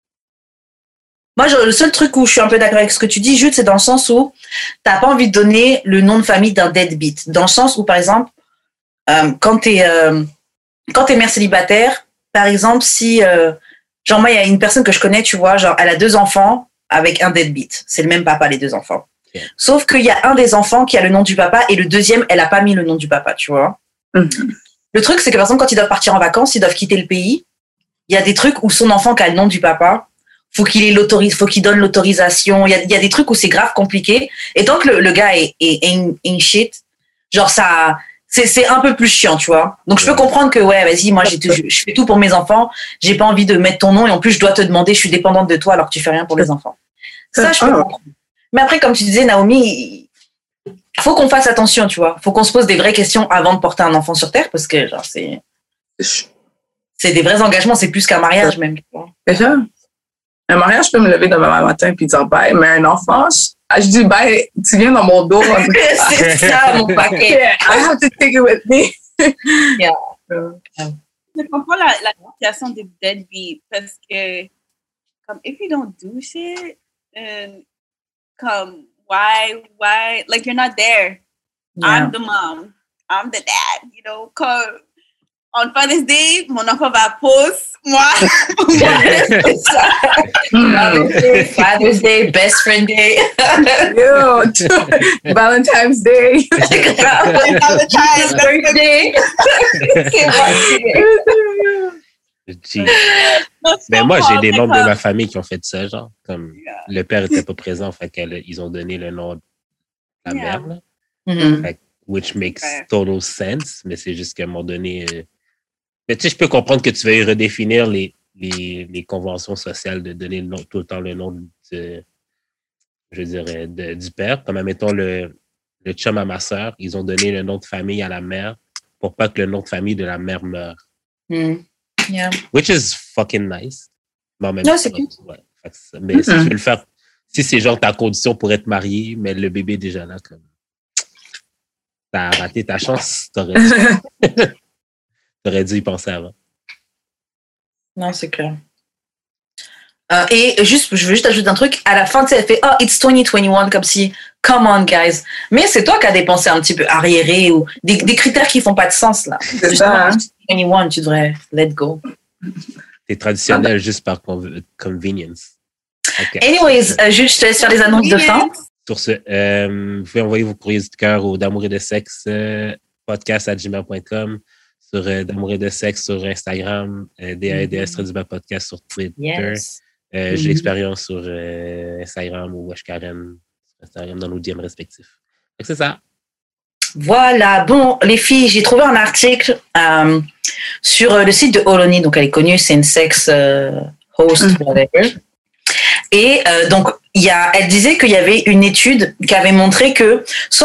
Moi, le seul truc où je suis un peu d'accord avec ce que tu dis, Jude, c'est dans le sens où t'as pas envie de donner le nom de famille d'un deadbeat. Dans le sens où, par exemple, quand t'es mère célibataire, par exemple, si, genre moi, il y a une personne que je connais, tu vois, genre elle a 2 enfants avec un deadbeat. C'est le même papa, les deux enfants. Yeah. Sauf qu'il y a un des enfants qui a le nom du papa et le deuxième, elle a pas mis le nom du papa, tu vois. Le truc, c'est que par exemple, quand ils doivent partir en vacances, ils doivent quitter le pays. Il y a des trucs où son enfant qui a le nom du papa, faut qu'il donne l'autorisation. Il y a des trucs où c'est grave compliqué. Et tant que le gars est in shit, genre ça, c'est un peu plus chiant, tu vois. Donc je peux comprendre que ouais, vas-y, moi je fais tout pour mes enfants. J'ai pas envie de mettre ton nom et en plus je dois te demander, je suis dépendante de toi alors que tu fais rien pour les enfants. Ça, je peux comprendre. Mais après, comme tu disais, Naomi, faut qu'on fasse attention, tu vois. Faut qu'on se pose des vraies questions avant de porter un enfant sur terre parce que genre c'est des vrais engagements, c'est plus qu'un mariage même. Déjà, un mariage, je peux me lever demain matin et dire bye, mais un enfant, je dis bye, tu viens dans mon dos. C'est ça mon paquet. I have to take it with me. Yeah. Je comprends la situation des deadbeats parce que, comme, if you don't do shit, comme, why, like, you're not there. Yeah. I'm the mom. I'm the dad, you know, comme, on Father's Day, mon enfant va post, moi. Father's Day, best friend day. Yo, Valentine's Day. Valentine's birthday. Ben moi, j'ai des membres de ma famille qui ont fait ça, genre, comme le père était pas présent, fait qu'ils ont donné le nom de la mère, là. Fait, which makes total sense, mais c'est juste qu'à un moment donné... Mais tu sais, je peux comprendre que tu veuilles redéfinir les conventions sociales de donner tout le temps le nom du père. Comme, admettons, le chum à ma sœur, ils ont donné le nom de famille à la mère pour pas que le nom de famille de la mère meure. Yeah. Which is fucking nice. Mais en même temps, c'est cool. Ouais. Mais si tu veux le faire, si c'est genre ta condition pour être marié, mais le bébé est déjà là, comme t'as raté ta chance, t'aurais dû y penser avant. Non, c'est clair. Et je veux juste ajouter un truc. À la fin, tu sais, elle fait « Oh, it's 2021 », comme si « Come on, guys ». Mais c'est toi qui as dépensé un petit peu arriéré ou des critères qui font pas de sens, là. C'est ça, hein? 21, tu devrais let go. C'est traditionnel juste par convenience. Okay. Anyways, juste, je te laisse faire les annonces de fin. Sur ce, vous pouvez envoyer vos courriers de cœur au d'amour et de sexe podcast@gmail.com, sur d'amour et de sexe sur Instagram, DAEDS podcast sur Twitter. Yes. J'ai l'expérience sur Instagram ou Wesh Karen sur Instagram dans nos DM respectifs. Donc, c'est ça. Voilà. Bon, les filles, j'ai trouvé un article sur le site de Oloni. Donc, elle est connue, c'est une sex host, whatever. Et donc, elle disait qu'il y avait une étude qui avait montré que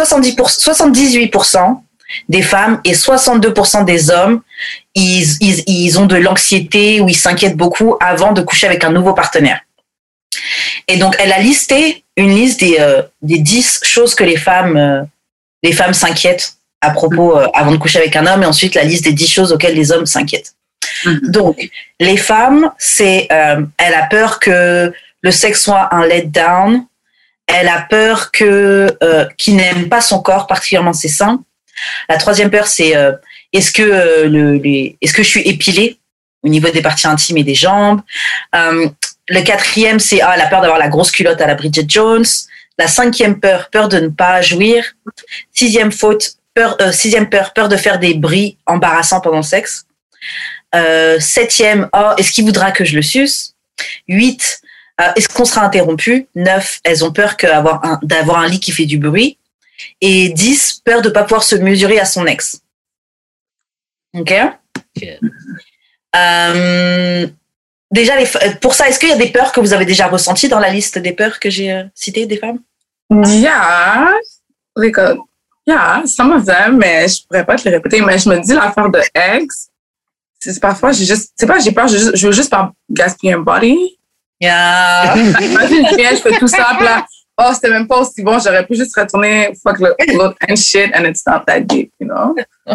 78% des femmes et 62% des hommes, ils ont de l'anxiété ou ils s'inquiètent beaucoup avant de coucher avec un nouveau partenaire. Et donc, elle a listé une liste des 10 choses que les femmes s'inquiètent à propos avant de coucher avec un homme, et ensuite la liste des 10 choses auxquelles les hommes s'inquiètent. Donc, les femmes, elle a peur que le sexe soit un let-down, elle a peur qu'il n'aime pas son corps, particulièrement ses seins. La troisième peur, c'est est-ce que je suis épilée au niveau des parties intimes et des jambes. Le quatrième, c'est la peur d'avoir la grosse culotte à la Bridget Jones. La cinquième peur de ne pas jouir. Sixième peur de faire des bruits embarrassants pendant le sexe. Septième, est-ce qu'il voudra que je le suce. 8, est-ce qu'on sera interrompu. 9, elles ont peur d'avoir un lit qui fait du bruit. Et 10, peur de ne pas pouvoir se mesurer à son ex. OK? Déjà, pour ça, est-ce qu'il y a des peurs que vous avez déjà ressenties dans la liste des peurs que j'ai citées des femmes? Yeah, some of them, mais je pourrais pas te les répéter. Mais je me dis l'affaire de ex, c'est parfois j'ai peur, je veux juste pas gaspiller un body. Yeah. Imagine, je fais tout ça, puis là, c'était même pas aussi bon, j'aurais pu juste retourner fuck l'autre and shit, and it's not that deep, you know?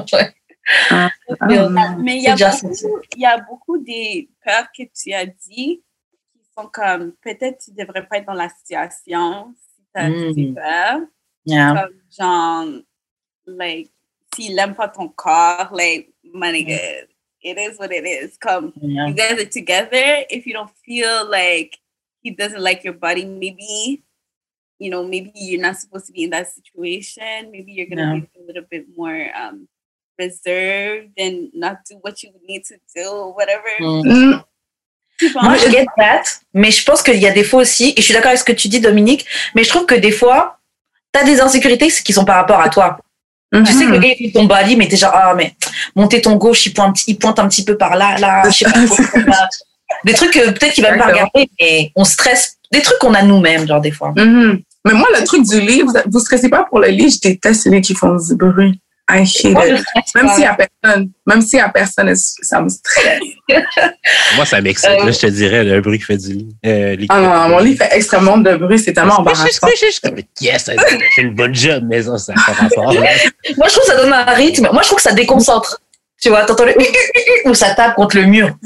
Mais il y a beaucoup des peurs que tu as dit qui sont comme, peut-être tu devrais pas être dans la situation si tu as des peurs. Yeah. Comme genre, like, s'il n'aime pas ton corps, like, my nigga, it is what it is. Comme, you guys are together, if you don't feel like he doesn't like your body, maybe, you know, maybe you're not supposed to be in that situation. Maybe you're going to be a little bit more reserved and not do what you need to do or whatever. Moi, je get that, mais je pense qu'il y a des fois aussi, et je suis d'accord avec ce que tu dis, Dominique, mais je trouve que des fois, t'as des insécurités qui sont par rapport à toi. Tu sais que le gars, il fait ton body, mais t'es genre, ah, mais monter ton gauche, il pointe un petit peu par là, je sais pas. Des trucs que peut-être qu'il va même pas regarder, mais on stresse. Des trucs qu'on a nous-mêmes, genre, des fois. Mais moi, le truc du lit, vous stressez pas pour le lit, je déteste les lits qui font du bruit. I hate it. Même s'il y a personne, ça me stresse. Moi, ça m'excite. Là, je te dirais, un bruit qui fait du lit. Non, mon lit fait extrêmement de bruit, c'est tellement embarrassant. Je suis comme, yes, c'est une bonne job, mais ça n'a pas rapport. Moi, je trouve que ça donne un rythme. Moi, je trouve que ça déconcentre. Tu vois, t'entends le ou ça tape contre le mur.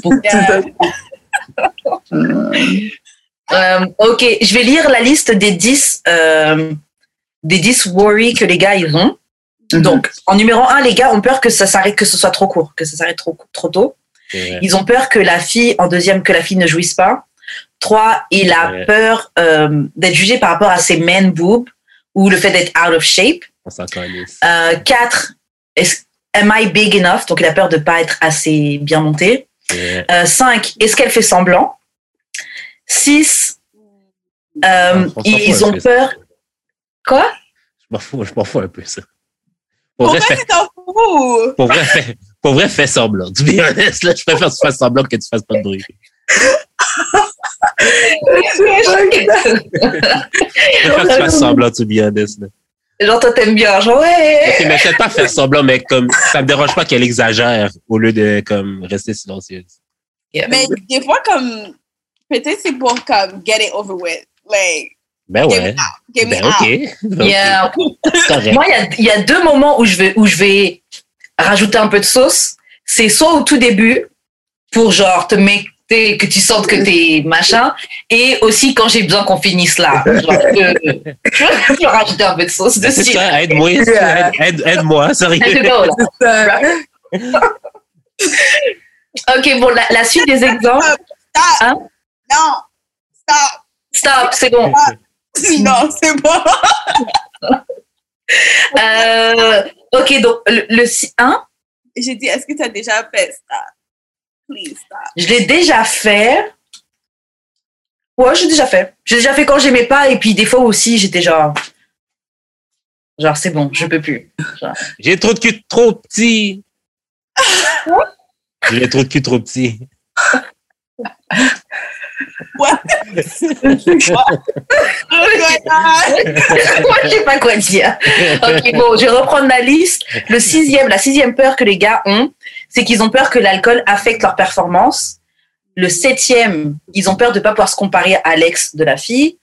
Ok, je vais lire la liste des 10 worries que les gars, ils ont. Donc, en numéro 1, les gars ont peur que ça s'arrête, que ce soit trop court, que ça s'arrête trop tôt. Ils ont peur que la fille, en deuxième, que la fille ne jouisse pas. 3, il a peur d'être jugé par rapport à ses man boobs ou le fait d'être out of shape. On s'en calisse. 4, am I big enough? Donc, il a peur de ne pas être assez bien monté. 5, est-ce qu'elle fait semblant? 6, ils ont peur. Quoi? Je m'en fous un peu, ça. Pourquoi tu t'en fous? Pour vrai, fais semblant. To be honest, là, je préfère que tu fasses semblant que tu fasses pas de bruit. Je préfère que tu fasses semblant, to be honest. Là. Genre, toi, t'aimes bien. Genre, ouais. Okay, mais peut-être pas faire semblant, mais comme ça me dérange pas qu'elle exagère au lieu de comme rester silencieuse. Yeah. Mais des fois, comme peut-être c'est pour comme get it over with. Like, ben ouais. Ben ok. Yeah. Correct. Moi, il y a 2 moments où je vais rajouter un peu de sauce. C'est soit au tout début, pour genre que tu sentes que t'es machin, et aussi quand j'ai besoin qu'on finisse là. Genre, je peux rajouter un peu de sauce dessus. Aide-moi, sérieux. Ok, bon, la suite des exemples. Stop. Hein? Non. Stop, c'est bon. Non, c'est bon. Ok, donc le 1. J'ai dit, est-ce que tu as déjà fait ça? Please stop. Je l'ai déjà fait. Ouais, j'ai déjà fait. J'ai déjà fait quand j'aimais pas, et puis des fois aussi, j'étais genre c'est bon, je peux plus. Genre. J'ai trop de cul trop petit. J'ai trop de cul trop petit. What? Moi, je sais pas quoi dire. Ok, bon, je vais reprendre la liste. La sixième peur que les gars ont, c'est qu'ils ont peur que l'alcool affecte leur performance. Le 7e, ils ont peur de pas pouvoir se comparer à l'ex de la fille.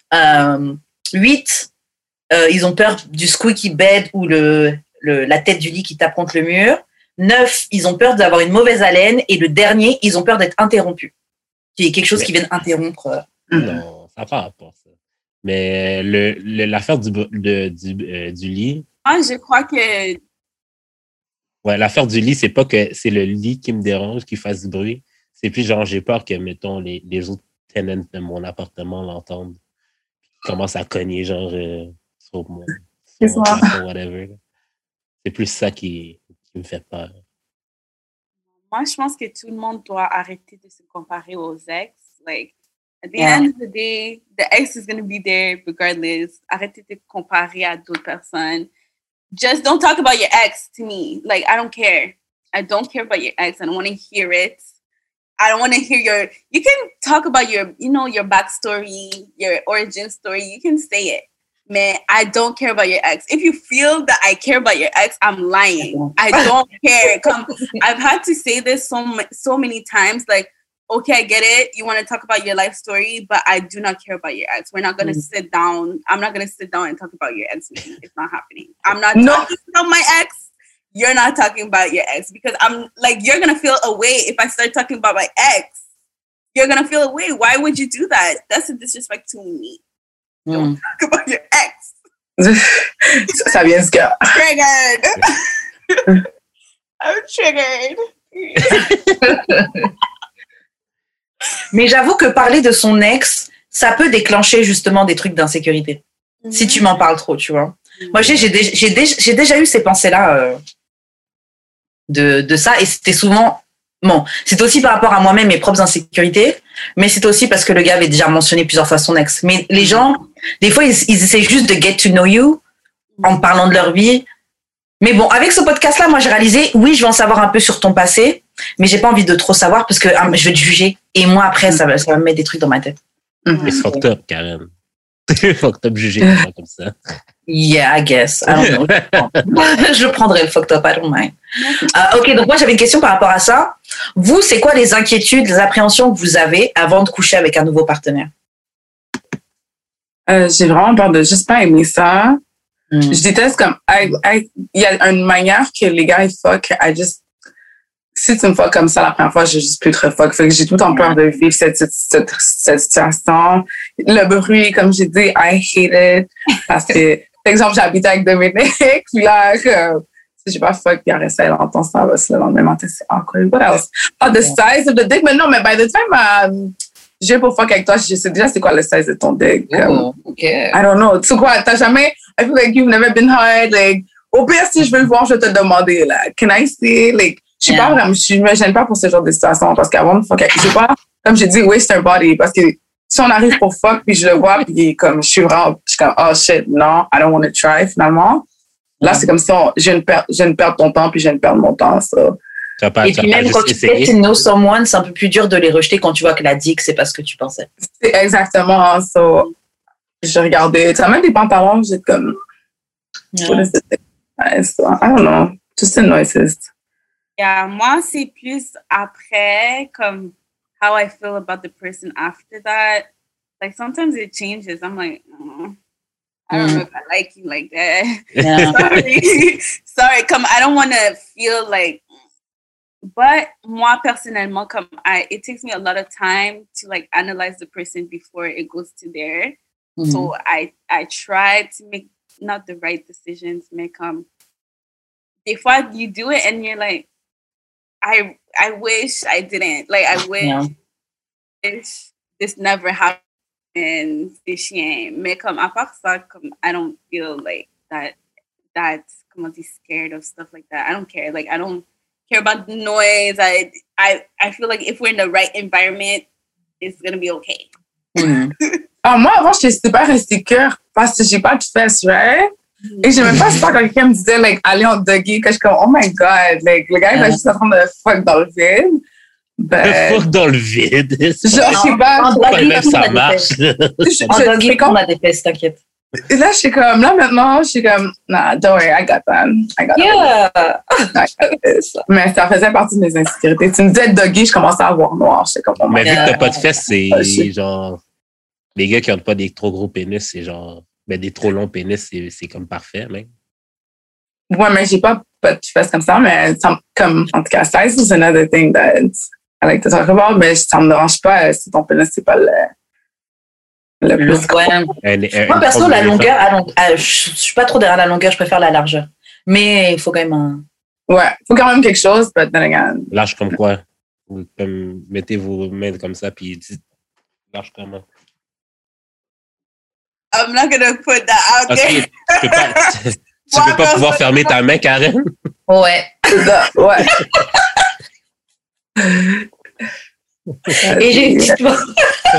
8, ils ont peur du squeaky bed ou la tête du lit qui tape contre le mur. 9, ils ont peur d'avoir une mauvaise haleine. Et le dernier, ils ont peur d'être interrompus. Qu'il y ait quelque chose qui vienne interrompre. Non, ça n'a pas rapport, ça. Mais l'affaire du lit... Ah, je crois que... Ouais, l'affaire du lit, c'est pas que c'est le lit qui me dérange, qui fasse du bruit. C'est plus genre, j'ai peur que, mettons, les autres tenants de mon appartement l'entendent. Ils commencent à cogner, genre, sur mon whatever. C'est plus ça qui me fait peur. Moi, je pense que tout le monde doit arrêter de se comparer aux ex. Like, at the end of the day, the ex is going to be there regardless. Arrêtez de comparer à d'autres personnes. Just don't talk about your ex to me. Like, I don't care. I don't care about your ex. I don't want to hear it. I don't want to hear you can talk about your backstory, your origin story. You can say it. Man, I don't care about your ex. If you feel that I care about your ex, I'm lying. I don't care. I've had to say this so many times. Like, okay, I get it. You want to talk about your life story, but I do not care about your ex. We're not going to sit down. I'm not going to sit down and talk about your ex with you. It's not happening. I'm not talking about my ex. You're not talking about your ex because I'm like, you're going to feel away if I start talking about my ex. You're going to feel away. Why would you do that? That's a disrespect to me. Don't talk about your ex. Ça vient ce gars. Triggered. I'm triggered. Mais j'avoue que parler de son ex, ça peut déclencher justement des trucs d'insécurité. Si tu m'en parles trop, tu vois. Moi, j'ai déjà eu ces pensées-là de ça, et c'était souvent... Bon, c'était aussi par rapport à moi-même, mes propres insécurités, mais c'était aussi parce que le gars avait déjà mentionné plusieurs fois son ex. Mais les gens, des fois, ils essaient juste de get to know you en parlant de leur vie. Mais bon, avec ce podcast-là, moi, j'ai réalisé, oui, je vais en savoir un peu sur ton passé, mais j'ai pas envie de trop savoir parce que je vais te juger. Et moi, après, ça va me mettre des trucs dans ma tête. C'est fucked up, Karen. Fucked up juger des gens comme ça. Yeah, I guess. I don't know. Je prendrai le fucked up, I don't mind. Ok, donc moi, j'avais une question par rapport à ça. Vous, c'est quoi les inquiétudes, les appréhensions que vous avez avant de coucher avec un nouveau partenaire? J'ai vraiment peur de juste pas aimer ça. Je déteste comme... Il y a une manière que les gars, ils fuck. Si tu me fuck comme ça la première fois, j'ai juste plus très fuck. Fait que j'ai tout le temps peur de vivre cette situation. Le bruit, comme j'ai dit, I hate it. Parce que, par exemple, j'habitais avec Dominique, puis là, si j'ai pas fuck, puis après ça, elle entend ça, parce que le lendemain matin, c'est awkward. What else? Oh, the size of the dick. Mais non, mais by the time j'ai pour fuck avec toi, je sais déjà c'est quoi le size de ton dick. Okay. I don't know. Tu sais quoi, t'as jamais... I feel like you've never been hard. Like, au pire, si je veux le voir, je vais te demander, là. Can I see? Like, je me gêne pas pour ce genre de situation parce qu'avant de fuck, je sais pas, comme j'ai dit, waste un body parce que si on arrive pour fuck puis je le vois puis comme je suis comme oh shit, non, I don't want to try finalement. Là, c'est comme si je viens de perdre ton temps puis je viens de perdre mon temps, ça. Et puis même quand tu get to know someone, c'est un peu plus dur de les rejeter quand tu vois que la dick, c'est pas ce que tu pensais. C'est exactement ça. J'ai regardé, tu as même des pantalons, j'ai comme, what is it? I don't know, just the noises. Yeah, moi, c'est plus après, comme, how I feel about the person after that. Like, sometimes it changes. I'm like, oh, I don't know if I like you like that. Yeah. Sorry, come, I don't want to feel like, but moi, personnellement, come, it takes me a lot of time to, like, analyze the person before it goes to there. So I try to make not the right decisions, des fois, you do it and you're like, I wish I didn't. Like, I wish this never happened. C'est chiant. Mais comme, à part ça, comme, I don't feel like that's comment dire, scared of stuff like that. I don't care. Like, I don't care about the noise. I feel like if we're in the right environment, it's going to be okay. Moi, avant, j'étais super insécure parce que j'ai pas de fesses, right? Et j'aimais pas ça quand quelqu'un me disait, like, aller en doggy, que je suis comme, oh my god, like, le gars, il va juste en train de fuck dans le vide. Fuck dans le vide. Genre, je sais pas. Ça marche. En doggy, on a des fesses, t'inquiète. Et là, maintenant, je suis comme, nah, don't worry, I got that. Mais ça faisait partie de mes insécurités. Tu me disais doggy, je commençais à voir noir. J'étais comme, oh my god. Mais vu que t'as pas de fesses, c'est genre, les gars qui ont pas des trop gros pénis, c'est genre, ben, des trop longs pénis, c'est comme parfait, même. Ouais, mais j'ai pas de fesses comme ça, mais comme, en tout cas, size is another thing that I like to talk about, mais ça me dérange pas si ton pénis, c'est pas le plus gros. Moi, perso, la longueur, je suis pas trop derrière la longueur, je préfère la largeur. Mais il faut quand même Ouais, il faut quand même quelque chose, but then again. Large comme quoi? Comme, mettez vos mains comme ça, puis dites large comment? I'm not gonna put that out there. Tu peux pas pouvoir fermer ta main, Karen? Ouais. Ouais. Et j'ai une petite voix.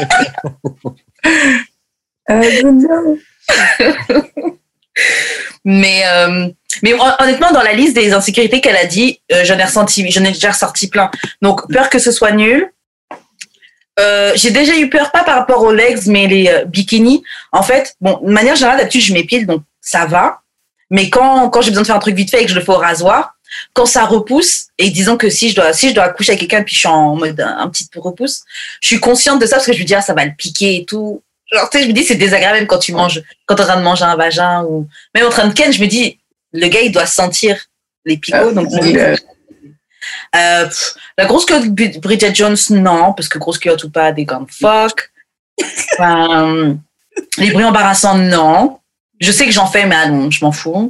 Mais honnêtement, dans la liste des insécurités qu'elle a dit, j'en ai déjà ressorti plein. Donc, peur que ce soit nul. J'ai déjà eu peur, pas par rapport aux legs, mais les bikinis. En fait, bon, de manière générale, d'habitude, je m'épile, donc ça va. Mais quand j'ai besoin de faire un truc vite fait et que je le fais au rasoir, quand ça repousse, et disons que si je dois coucher avec quelqu'un puis je suis en mode un petit peu repousse, je suis consciente de ça parce que je me dis, ça va le piquer et tout. Genre, tu sais, je me dis, c'est désagréable même quand tu manges, quand t'es en train de manger un vagin ou même en train de ken, je me dis, le gars, il doit sentir les picots. Donc, la grosse culotte de Bridget Jones, non, parce que grosse culotte ou pas, des gants fuck. Les bruits embarrassants, non. Je sais que j'en fais, mais non, je m'en fous.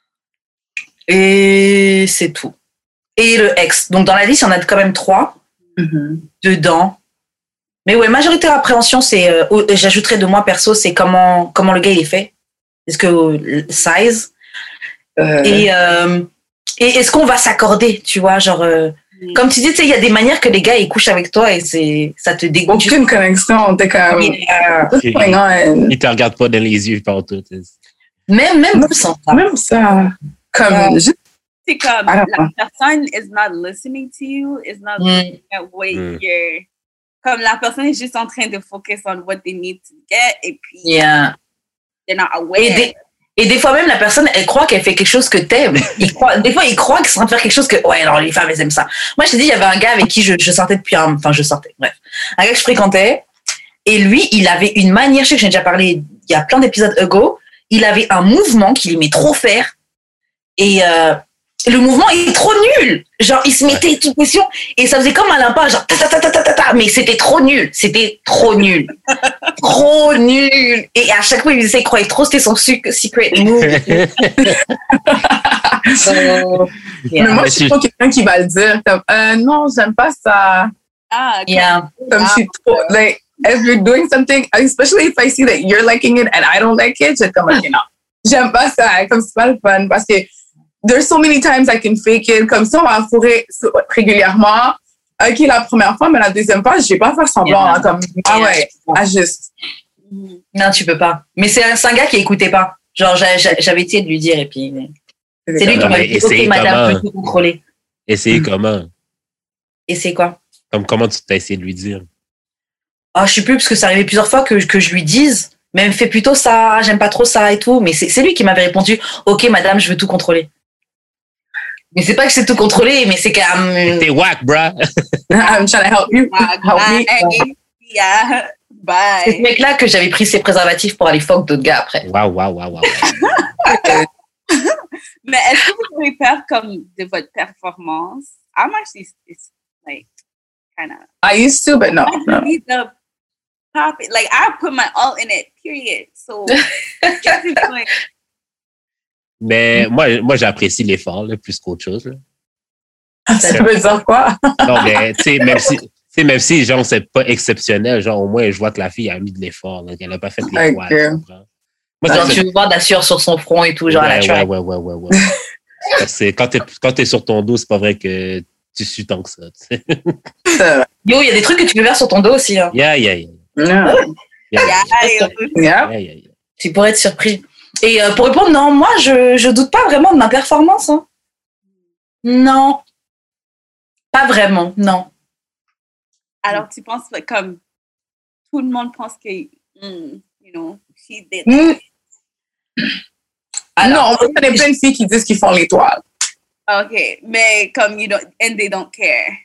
Et c'est tout. Et le ex. Donc, dans la liste, il y en a quand même 3 dedans. Mais ouais, majoritaire appréhension, c'est, j'ajouterais de moi perso, c'est comment le gars il est fait. Est-ce que size et est-ce qu'on va s'accorder, tu vois, genre comme tu dis, tu sais, il y a des manières que les gars ils couchent avec toi et ça te dégoûte. Aucune connexion, t'es comme what's going on? Ils te regardent pas dans les yeux partout. Même sans ça. Même ça, comme juste C'est comme I la don't know. personne is not listening to you, is not looking at what you're. Comme la personne est juste en train de focus on what they need to get et puis Yeah. they're not aware. Et des fois même, la personne, elle croit qu'elle fait quelque chose que t'aimes. Des fois, ils croient qu'ils sont en train de faire quelque chose que, ouais, alors les femmes, elles aiment ça. Moi, je te dis, il y avait un gars avec qui je sortais depuis bref. Un gars que je fréquentais. Et lui, il avait une manière, je sais que j'ai déjà parlé il y a plein d'épisodes ago, il avait un mouvement qu'il aimait trop faire. Et, le mouvement est trop nul. Genre, il se mettait toute position et ça faisait comme un lapin, genre ta, mais c'était trop nul. Trop nul. Et à chaque fois, il disait qu'il croyait trop c'était son secret move. Mais moi, je suis pas quelqu'un qui va le dire comme non, j'aime pas ça. Ah, okay. Yeah. Comme je suis trop like if you're doing something, especially if I see that you're liking it and I don't like it, je suis comme ok non, j'aime pas ça. Comme c'est pas le fun parce que there's so many times I can fake it. Comme ça, on va fourrer régulièrement. Ok, la première fois, mais la deuxième fois, je vais pas faire semblant. Yeah. Hein, comme, ah ouais, juste. Non, tu peux pas. Mais c'est un gars qui écoutait pas. Genre, j'avais essayé de lui dire et puis c'est lui qui m'a dit, ok, madame, je peux tout contrôler. Essayer comment? Et c'est quoi? Comment tu t'as essayé de lui dire? Ah, je sais plus, parce que ça arrivait plusieurs fois que je lui dise, mais elle me fait plutôt ça, j'aime pas trop ça et tout. Mais c'est lui qui m'avait répondu, ok, madame, je veux tout contrôler. Mais c'est pas que c'est tout contrôler, mais c'est que... T'es whack, bruh! I'm trying to help you. Help me. Yeah. Bye. C'est ce mec-là que j'avais pris ses préservatifs pour aller fuck d'autres gars après. Wow. Mais est-ce que vous avez peur comme de votre performance? I'm actually like kind of. I used to, but no. The topic, like I put my all in it. Period. So, like, Mais moi j'apprécie l'effort là, plus qu'autre chose. Là. Ça veut dire quoi? Non, mais tu sais, même si genre c'est pas exceptionnel, genre au moins je vois que la fille a mis de l'effort, là, qu'elle a pas fait l'effort. Okay. Moi, genre, tu veux voir de la sueur sur son front et tout, genre à la try. Ouais. C'est quand t'es sur ton dos, c'est pas vrai que tu sues tant que ça. Yo, il y a des trucs que tu peux faire sur ton dos aussi. Hein. Yeah. Tu pourrais être surpris. Et pour répondre, non, moi, je doute pas vraiment de ma performance. Hein. Non. Pas vraiment, non. alors, tu penses comme tout le monde pense que, you know, she did. Alors, non, on connaît plein de filles qui disent qu'ils font l'étoile. Okay, mais comme you don't, and they don't care.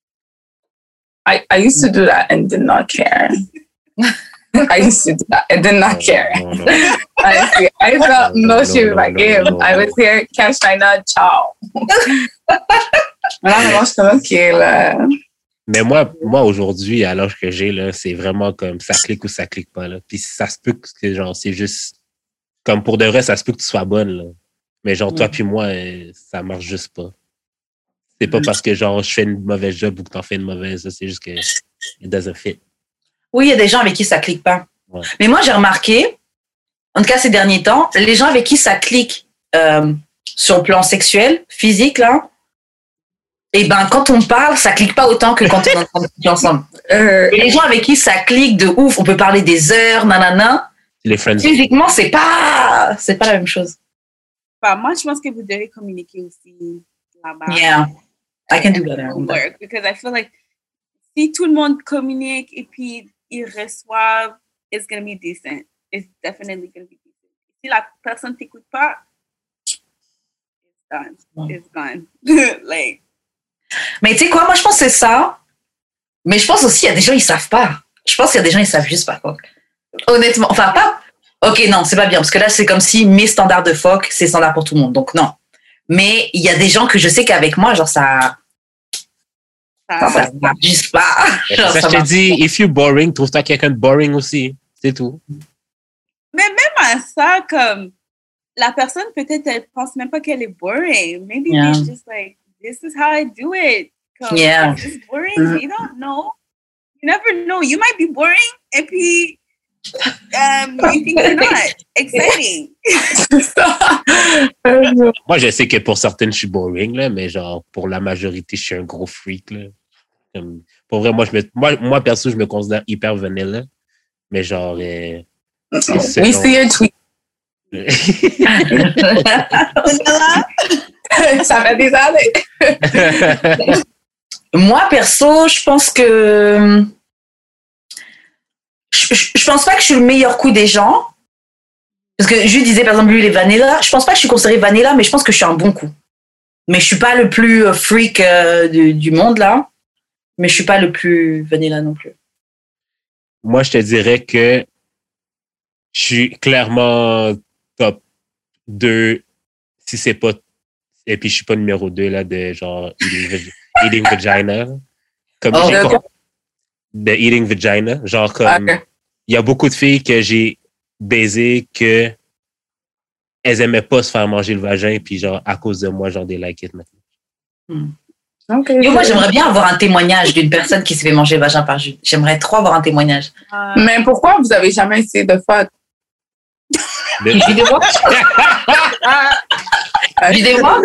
I used to do that and did not care. I used to do that and did not care. No. Honestly, I felt no shame in my game. I was here, cash China, ciao. Là, je suis comme, OK, là. Mais moi aujourd'hui, à l'âge que j'ai, là, c'est vraiment comme ça clique ou ça clique pas. Là. Puis ça se peut que genre, c'est juste comme pour de vrai, ça se peut que tu sois bonne. Là. Mais genre, toi puis moi, ça marche juste pas. C'est pas parce que genre je fais une mauvaise job ou que t'en fais une mauvaise, c'est juste que it doesn't fit. Oui, il y a des gens avec qui ça clique pas. Ouais. Mais moi, j'ai remarqué, en tout cas ces derniers temps, les gens avec qui ça clique sur le plan sexuel, physique, là, et ben quand on parle, ça clique pas autant que quand on est en train de discuter ensemble. Et les gens avec qui ça clique de ouf, on peut parler des heures, nanana. Les friends. Physiquement, c'est pas la même chose. Enfin, moi, je pense que vous devez communiquer aussi là-bas. Yeah, I can do better. Work, because I feel like si tout le monde communique et puis ils reçoivent, it's going to be decent. It's definitely going to be decent. Si la personne t'écoute pas, it's done. It's gone. Like. Mais tu sais quoi, moi je pense que c'est ça. Mais je pense aussi il y a des gens ils savent pas. Je pense qu'il y a des gens ils savent juste pas quoi. Honnêtement, enfin pas. Ok non, c'est pas bien parce que là c'est comme si mes standards de phoque c'est standard pour tout le monde. Donc non. Mais il y a des gens que je sais qu'avec moi genre ça marche juste pas. Genre, Ça, je te dis, if you're boring, trouve-toi quelqu'un de boring aussi. C'est tout. Mais même à ça, comme la personne peut-être elle pense même pas qu'elle est boring. Maybe they're just like, this is how I do it. Comme, Yeah. is this boring? You don't know. You never know. You might be boring, et puis you think you're not exciting. Moi, je sais que pour certaines, je suis boring, là, mais genre, pour la majorité, je suis un gros freak, là. Comme, pour vrai, moi, perso, je me considère hyper vanilla, mais genre... We see your tweet. Ça fait des années. Moi, perso, je pense que... Je pense pas que je suis le meilleur coup des gens. Parce que je disais, par exemple, lui, les vanilla. Je pense pas que je suis considérée vanilla, mais je pense que je suis un bon coup. Mais je suis pas le plus freak du monde, là. Mais je suis pas le plus vanilla non plus. Moi, je te dirais que je suis clairement top 2, si c'est pas... Et puis, je suis pas numéro 2, là, de genre eating vagina. Comme de eating vagina. Genre, comme... Il y a beaucoup de filles que j'ai baisées que elles aimaient pas se faire manger le vagin, puis genre, à cause de moi, genre, des like it maintenant. Okay. Yo, moi, j'aimerais bien avoir un témoignage d'une personne qui se fait manger le vagin par Jude. J'aimerais trop avoir un témoignage. Mais pourquoi vous avez jamais essayé de fuck? Vidéo-moi. Vidéo-moi.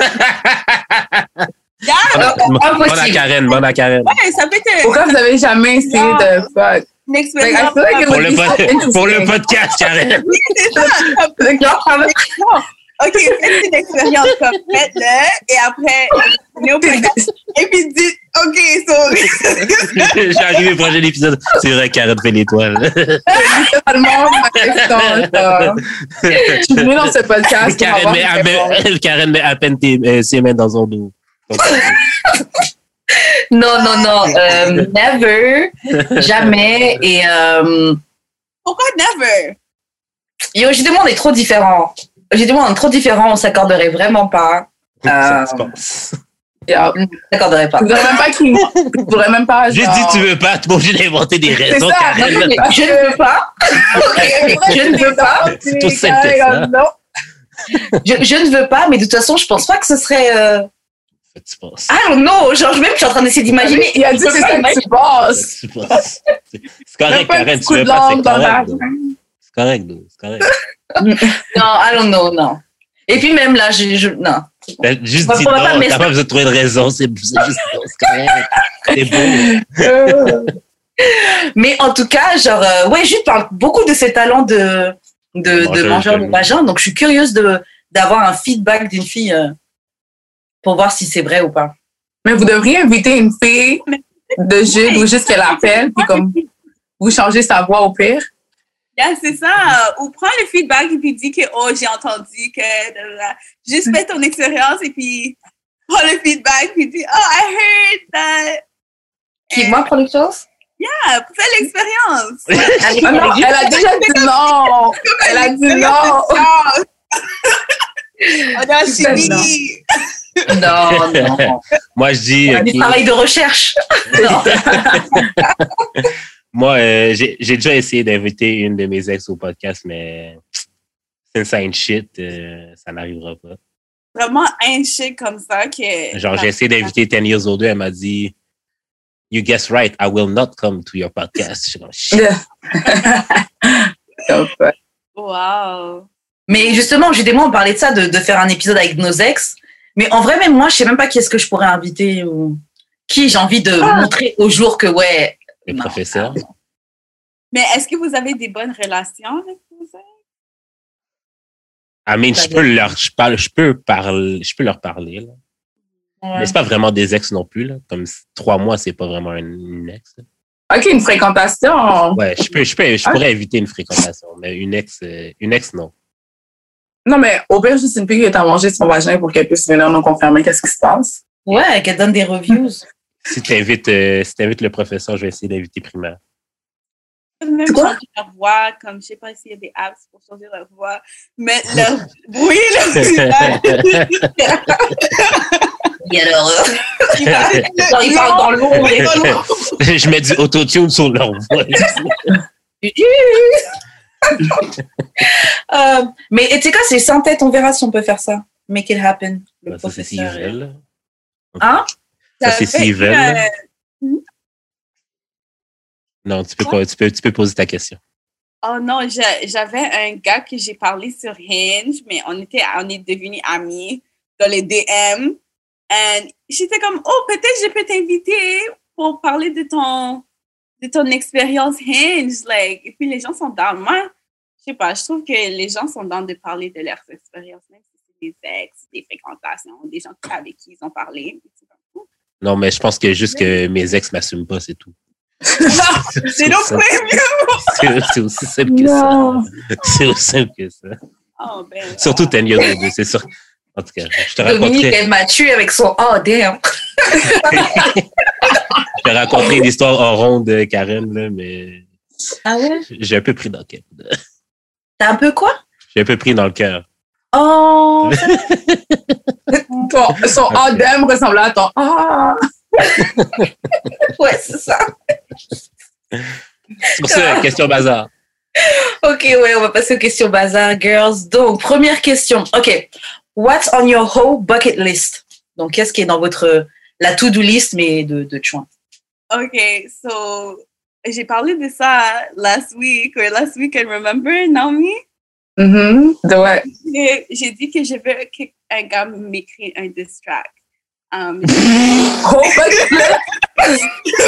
Impossible. Bonne à Karen. Ouais, ça peut être... Pourquoi vous avez jamais essayé de fuck? Une expérience. Pour le podcast, Karen. Oui, c'est ça. OK, faites une expérience comme faites-le et après, et puis dites, OK, so... J'ai arrivé au prochain épisode. C'est vrai, Karen fait l'étoile. Littéralement, ma question. Je suis venue dans ce podcast. Karen met à peine ses mains dans son dos. Non. Never. Jamais. Et. Pourquoi never? Yo, j'ai des mondes est trop différents. On s'accorderait vraiment pas. Ça se passe. On s'accorderait pas. Je voudrais même pas. J'ai dit tu veux pas, t'es obligé d'inventer des raisons. Ça, Karen. Je ne veux pas. Je ne veux pas. C'est tout simple que ça. Je ne veux pas, mais de toute façon, je pense pas que ce serait. Tu penses. I don't know, genre même je suis en train d'essayer d'imaginer. Il a dit c'est ça que tu penses. C'est correct, Karen, tu veux pas, c'est correct. C'est correct. Non, I don't know, non. Et puis même là, non. Juste dis non, t'as pas besoin de trouver de raison, c'est correct. C'est beau. Mais en tout cas, genre, ouais, Jude parle beaucoup de ses talents de mangeur de vagin, donc je suis curieuse d'avoir un feedback d'une fille pour voir si c'est vrai ou pas. Mais vous devriez inviter une fille de Jude ou juste qu'elle appelle, puis comme vous changez sa voix au pire. Yeah, c'est ça. Ou prends le feedback et puis dis que, oh, j'ai entendu que... Juste fais ton expérience et puis prends le feedback puis dis, oh, I heard that. Qui, moi, prends l'expérience? Yeah, fais l'expérience. Non, elle a déjà dit non. Elle a dit non. On a chimie. Non. Moi, je dis... Du travail de recherche. Non. Moi, j'ai déjà essayé d'inviter une de mes ex au podcast, mais since I'm shit, ça n'arrivera pas. Vraiment un shit comme ça que... Genre, j'ai essayé d'inviter 10 Years Older, elle m'a dit You guess right, I will not come to your podcast. Je suis comme, shit. Wow. Mais justement, on parlait de ça, de faire un épisode avec nos ex. Mais en vrai, même moi, je sais même pas qui est-ce que je pourrais inviter ou qui j'ai envie de montrer au jour que, ouais... Les professeurs. Mais est-ce que vous avez des bonnes relations avec vos ex? I mean, je peux leur parler, là. Ouais. Mais c'est pas vraiment des ex non plus, là. Comme 3 mois, c'est pas vraiment une ex. Là. OK, une fréquentation. Ouais, je pourrais éviter une fréquentation, mais une ex, non. Non, mais au pire, juste une fille qui t'a mangé son vagin pour qu'elle puisse venir nous confirmer qu'est-ce qui se passe. Ouais, qu'elle donne des reviews. Si t'invites le professeur, je vais essayer d'inviter Primaire. Même changer leur voix, comme je sais pas s'il y a des apps pour changer leur voix, mettre leur bruit là. Et alors, ils parlent dans l'ombre. Je mets du autotune sur leur voix. Mais tu sais quoi, c'est sans tête, on verra si on peut faire ça. Make it happen. Le professeur. Ça, c'est Civil. Hein? Ça, c'est Civil. Non, tu peux poser ta question. Oh non, j'avais un gars que j'ai parlé sur Hinge, mais on est devenus amis dans les DM. Et j'étais comme, oh, peut-être je peux t'inviter pour parler de ton expérience Hinge. Like, et puis les gens sont down. Moi, je sais pas, je trouve que les gens sont down de parler de leurs expériences, même si c'est des ex, des fréquentations, des gens avec qui ils ont parlé. Non, mais je pense que juste que mes ex m'assument pas, c'est tout. C'est donc c'est aussi simple que ça. C'est aussi simple que ça. Oh, ben, Surtout 10 years old, c'est sûr. En tout cas, je te raconterai. Dominique, elle m'a tué avec son oh damn. Je te raconterai une histoire en ronde de Karen, là, mais. Ah ouais? J'ai un peu pris dans le cœur. T'as un peu quoi? J'ai un peu pris dans le cœur. Oh! Son ADM ressemblait à ton ah. Ouais, c'est ça. Sur ça, question bazar. Ok, ouais, on va passer aux questions bazar, girls. Donc, première question. Ok. What's on your whole bucket list? Donc, qu'est-ce qui est dans la to-do list, mais de chouin? OK, so, j'ai parlé de ça last weekend, remember, Naomi? Ouais. J'ai dit que je veux qu'un gars m'écrit un diss track. Whole bucket list?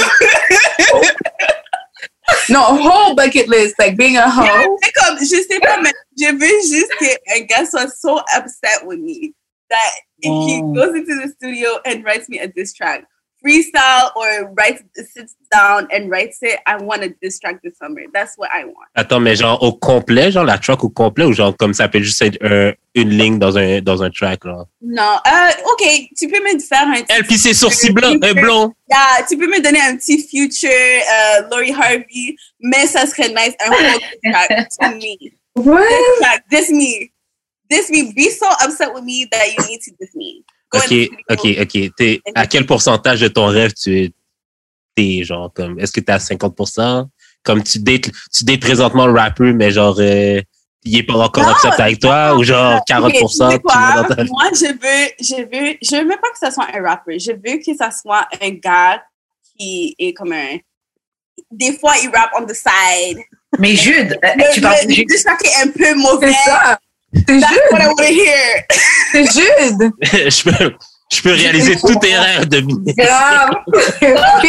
No, whole bucket list, like being a hoe. C'est comme, je sais pas, mais je veux juste qu'un gars soit so upset with me that if he goes into the studio and writes me a diss track, freestyle or sits down and writes it, I want a diss track this summer. That's what I want. Attends, mais genre au complet, genre la track au complet, ou genre comme ça peut juste être une ligne dans un track, là? Non, OK, tu peux me faire un petit... Elle, puis c'est sourcils blonds, blond. Yeah, tu peux me donner un petit Future, Lori Harvey, mais ça serait nice, un whole track to me. What? Diss me. Be so upset with me that you need to diss me. OK. À quel pourcentage de ton rêve tu es genre comme, est-ce que t'es à 50%? Comme tu dates présentement le rappeur, mais genre, il est pas encore accepté avec toi, ou genre 40%? Okay, moi, je veux même pas que ça soit un rappeur. Je veux que ça soit un gars qui est comme des fois, il rappe on the side. Mais Jude, tu parles de Jude. Juste ça qui est un peu mauvais. C'est ça. C'est That's Jude. what I want to hear. C'est Jude. Je peux réaliser tous tes rêves, Dominique. Grave. OK.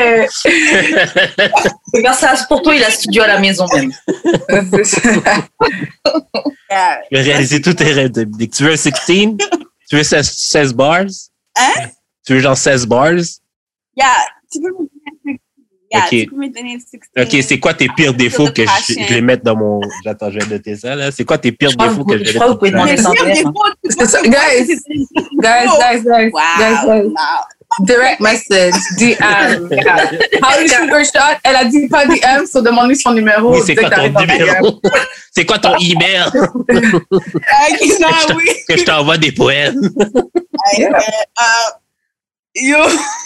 Regarde ça, pour toi, il a studio à la maison même. Yeah. Je peux réaliser tous tes rêves, Dominique. Tu veux un 16? Tu veux 16 bars? Hein? Tu veux genre 16 bars? Yeah, tu peux me donner un 16. Yeah, OK. tu peux me donner un 16. OK, c'est quoi tes pires défauts que je vais mettre dans mon... Attends, je vais noter ça, là. C'est quoi tes pires défauts que je vais Je crois que vous pouvez demander ça. C'est ça. Guys. Wow. Direct message, DM. How do sugar shot? Elle a dit pas DM, so demande-lui son numéro. Oui, c'est quoi ton numéro? C'est quoi ton email? Que je t'envoie des poèmes. Yo.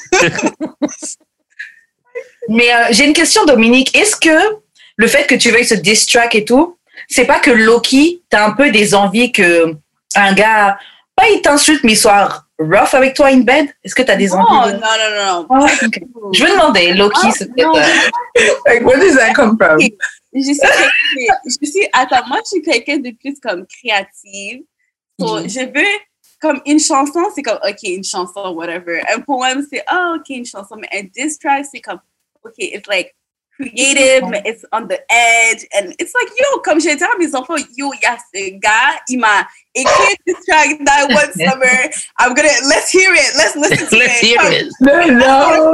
Mais j'ai une question, Dominique. Est-ce que le fait que tu veuilles ce diss track et tout, c'est pas que Loki, t'as un peu des envies que un gars, pas il t'insulte, mais il soit rough avec toi in bed? Est-ce que t'as des envies? Non. Okay. Je veux demander, Loki, c'est peut-être... Like, where does that come from? Attends, moi, je suis quelqu'un de plus comme créative. So, je veux, comme une chanson, c'est comme, OK, une chanson, whatever. Un poème, c'est, OK, une chanson. Mais un diss track, c'est comme, OK, it's like creative, mais it's on the edge. And it's like, yo, comme j'ai dit à mes enfants, yo, il y a ce gars, il m'a écrit this track that one summer. Let's hear it. Let's listen to Let's hear it. No.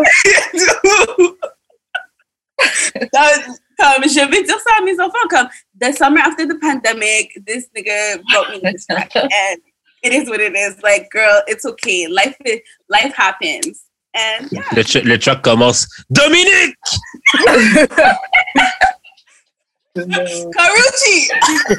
Comme, je vais dire ça à mes enfants, comme, the summer after the pandemic, this nigga wrote me this track. And it is what it is. Like, girl, it's okay. Life happens. And yeah. Le track commence. Dominique! Karuchi!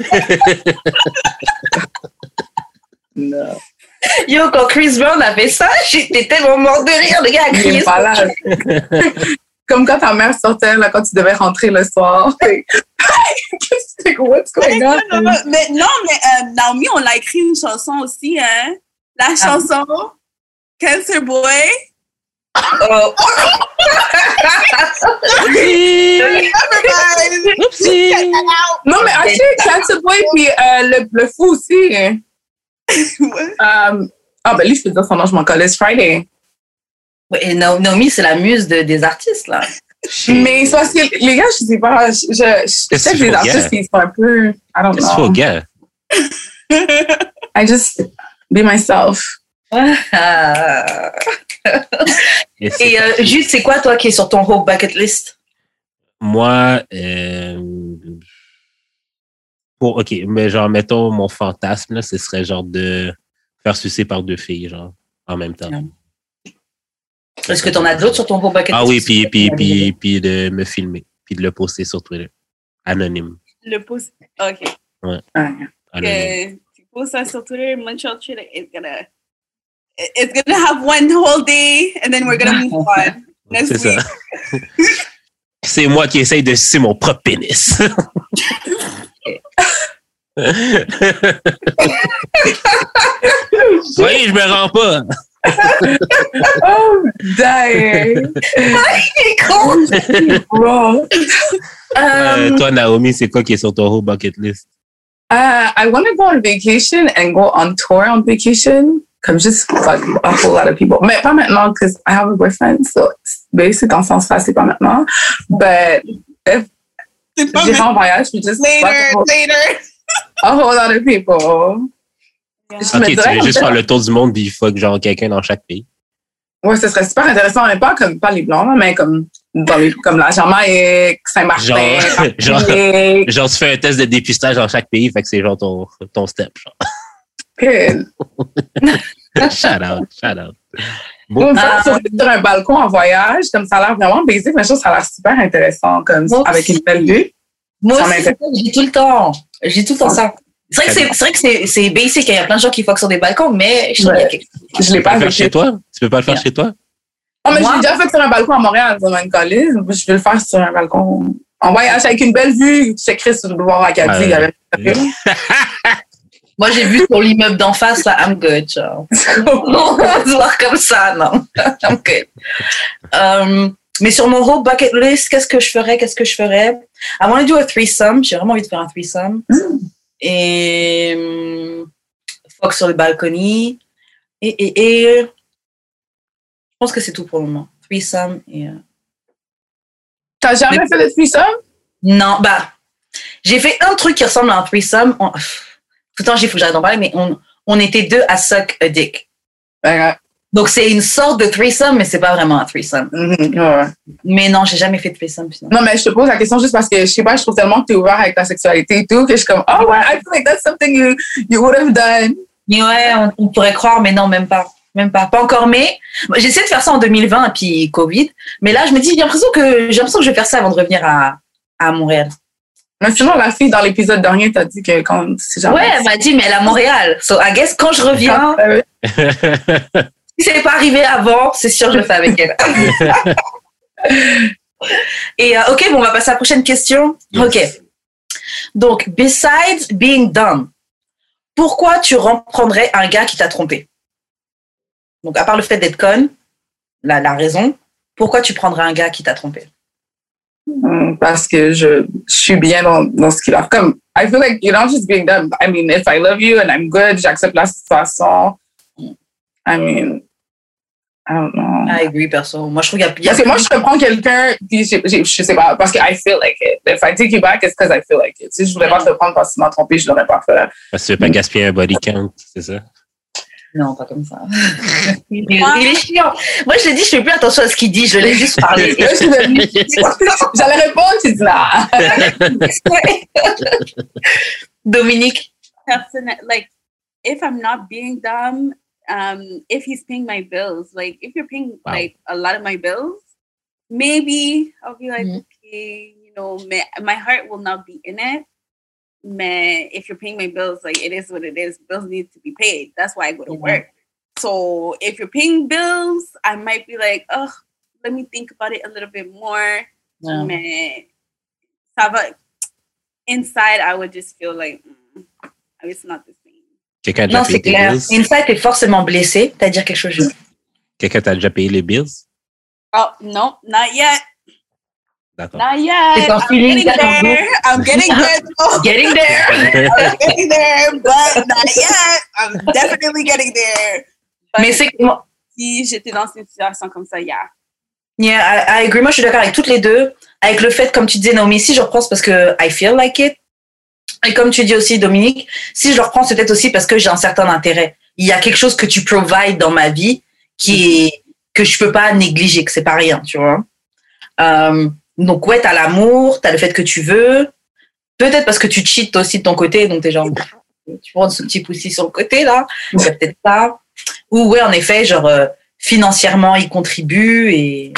No. Yo, quand Chris Brown a fait ça, j'étais tellement mort de rire, le gars a crié. Malade. Comme quand ta mère sortait, là, quand tu devais rentrer le soir. C'est what's going on? Mais Naomi, on l'a écrit une chanson aussi, hein? La chanson Cancer Boy. Oh. Oui! Non, mais actually, Cancer Boy, puis le fou aussi. Ben lui, je peux dire son nom, je m'en connais. Friday. Ouais, et Naomi, c'est la muse des artistes, là. Mais c'est parce que les gars, je sais pas, je sais que les artistes, ils sont un peu, I don't know. Qu'est-ce qu'il faut, gars? I just be myself. Et juste, c'est quoi, toi, qui est sur ton whole bucket list? Moi, OK, mais genre, mettons, mon fantasme, là, ce serait genre de faire sucer par 2 filles, genre, en même temps. Est-ce que tu en as d'autres sur ton whole bucket list? Ah oui, puis de me filmer, puis de le poster sur Twitter. Anonyme. Le post. OK. Ouais. Tu postes ça sur Twitter, Montreal Twitter, it's gonna have one whole day, and then we're gonna move on. Next C'est week. ça. C'est moi qui essaye de sucer mon propre pénis. Oui, je me rends pas. Oh, dying. Bro. Toi, Naomi, c'est quoi qui est sur ton whole bucket list? I want to go on vacation and go on tour on vacation. Comme juste fuck a whole lot of people. Mais pas maintenant, because I have a boyfriend. So, basic dans ce sens-là, c'est pas maintenant. But if j'irai en voyage, je juste Later. A whole lot of people. Yeah. OK, tu veux juste faire le tour du monde puis fuck genre quelqu'un dans chaque pays. Ouais, ce serait super intéressant, mais pas comme pas les blancs, mais comme comme la Jamaïque, Saint-Martin, genre tu fais un test de dépistage dans chaque pays, fait que c'est genre ton step. Genre. Shout out. Bon, sur un balcon en voyage, comme ça a l'air vraiment basique, mais je trouve que ça a l'air super intéressant, comme avec une belle vue. Moi aussi, j'ai tout le temps ça. C'est vrai que c'est basic, il y a plein de gens qui fuck sur des balcons, mais je l'ai pas fait chez toi. Tu peux pas le faire chez toi? Oh, mais j'ai déjà fait sur un balcon à Montréal, dans une colline. Je vais le faire sur un balcon en voyage avec une belle vue. Tu sais, sur le boulevard Acadie. Moi, j'ai vu sur l'immeuble d'en face, là, I'm good, genre. On va se voir comme ça, non. I'm good. Mais sur mon whole bucket list, qu'est-ce que je ferais? I want to do a threesome. J'ai vraiment envie de faire un threesome. Et fuck sur le balcony. Et je pense que c'est tout pour le moment. Threesome et... T'as jamais fait de threesome? Non, j'ai fait un truc qui ressemble à un threesome. Tout le temps, il faut que j'arrête d'en parler, mais on était 2 à suck a dick. Donc, c'est une sorte de threesome, mais c'est pas vraiment un threesome. Ouais. Mais non, j'ai jamais fait de threesome. Finalement. Non, mais je te pose la question juste parce que, je sais pas, je trouve tellement que t'es ouvert avec ta sexualité et tout, que je suis comme, oh ouais, I feel like that's something you would have done. Ouais, on pourrait croire, mais non, même pas. Pas encore, mais j'essaie de faire ça en 2020, puis Covid. Mais là, je me dis, j'ai l'impression que je vais faire ça avant de revenir à Montréal. Mais sinon, la fille dans l'épisode dernier t'a dit que quand c'est jamais... Ouais, elle m'a dit, mais elle est à Montréal. So, I guess, quand je reviens, si c'est pas arrivé avant, c'est sûr que je le fais avec elle. Et OK, bon, on va passer à la prochaine question. Yes. OK. Donc, besides being dumb, pourquoi tu reprendrais un gars qui t'a trompé? Donc, à part le fait d'être conne, la raison, pourquoi tu prendrais un gars qui t'a trompé? Parce que je suis bien dans ce qu'il a. Comme, I feel like you're not just being dumb. I mean, if I love you and I'm good, j'accepte la situation. I mean, I don't know. I agree, perso. Moi, je trouve qu'il y a parce que moi, je peux prendre quelqu'un, puis je sais pas, parce que I feel like it. If I take you back, it's because I feel like it. Si je voulais pas te prendre parce que tu m'as trompé, je l'aurais pas fait. Parce que tu veux pas gaspiller un body count, c'est ça? Non, pas comme ça. Il est chiant. Moi, je l'ai dit, je fais plus attention à ce qu'il dit, je l'ai juste parlé. J'allais répondre, tu dis non. Dominique? Like, if I'm not being dumb, if he's paying my bills, like, if you're paying, like, a lot of my bills, maybe I'll be like, okay, you know, my heart will not be in it. Man, if you're paying my bills, like, it is what it is. Bills need to be paid. That's why I go to work. So if you're paying bills, I might be like, oh, let me think about it a little bit more. Yeah. Man, inside, I would just feel like, it's not the same. Non, c'est clair. Inside, t'es forcément blessé. T'as à dire quelque chose. Quelqu'un t'a déjà payé les bills? Oh, no, not yet. D'accord. Not yet. C'est un I'm feeling getting that there. I'm getting there. though. Getting there. I'm getting there, but not yet. I'm definitely getting there. But Mais c'est si j'étais dans une situation comme ça, yeah. Yeah, I agree. Moi, je suis d'accord avec toutes les deux. Avec le fait, comme tu disais, Naomi, si je reprends, c'est parce que I feel like it. Et comme tu dis aussi, Dominique, si je le reprends, c'est peut-être aussi parce que j'ai un certain intérêt. Il y a quelque chose que tu provides dans ma vie que je peux pas négliger, que c'est pas rien, tu vois. Donc, ouais, t'as l'amour, t'as le fait que tu veux. Peut-être parce que tu cheats aussi de ton côté, donc t'es genre, tu prends ce petit poussi sur le côté, là. Il y a peut-être ça. Ou, ouais, en effet, genre, financièrement, il contribue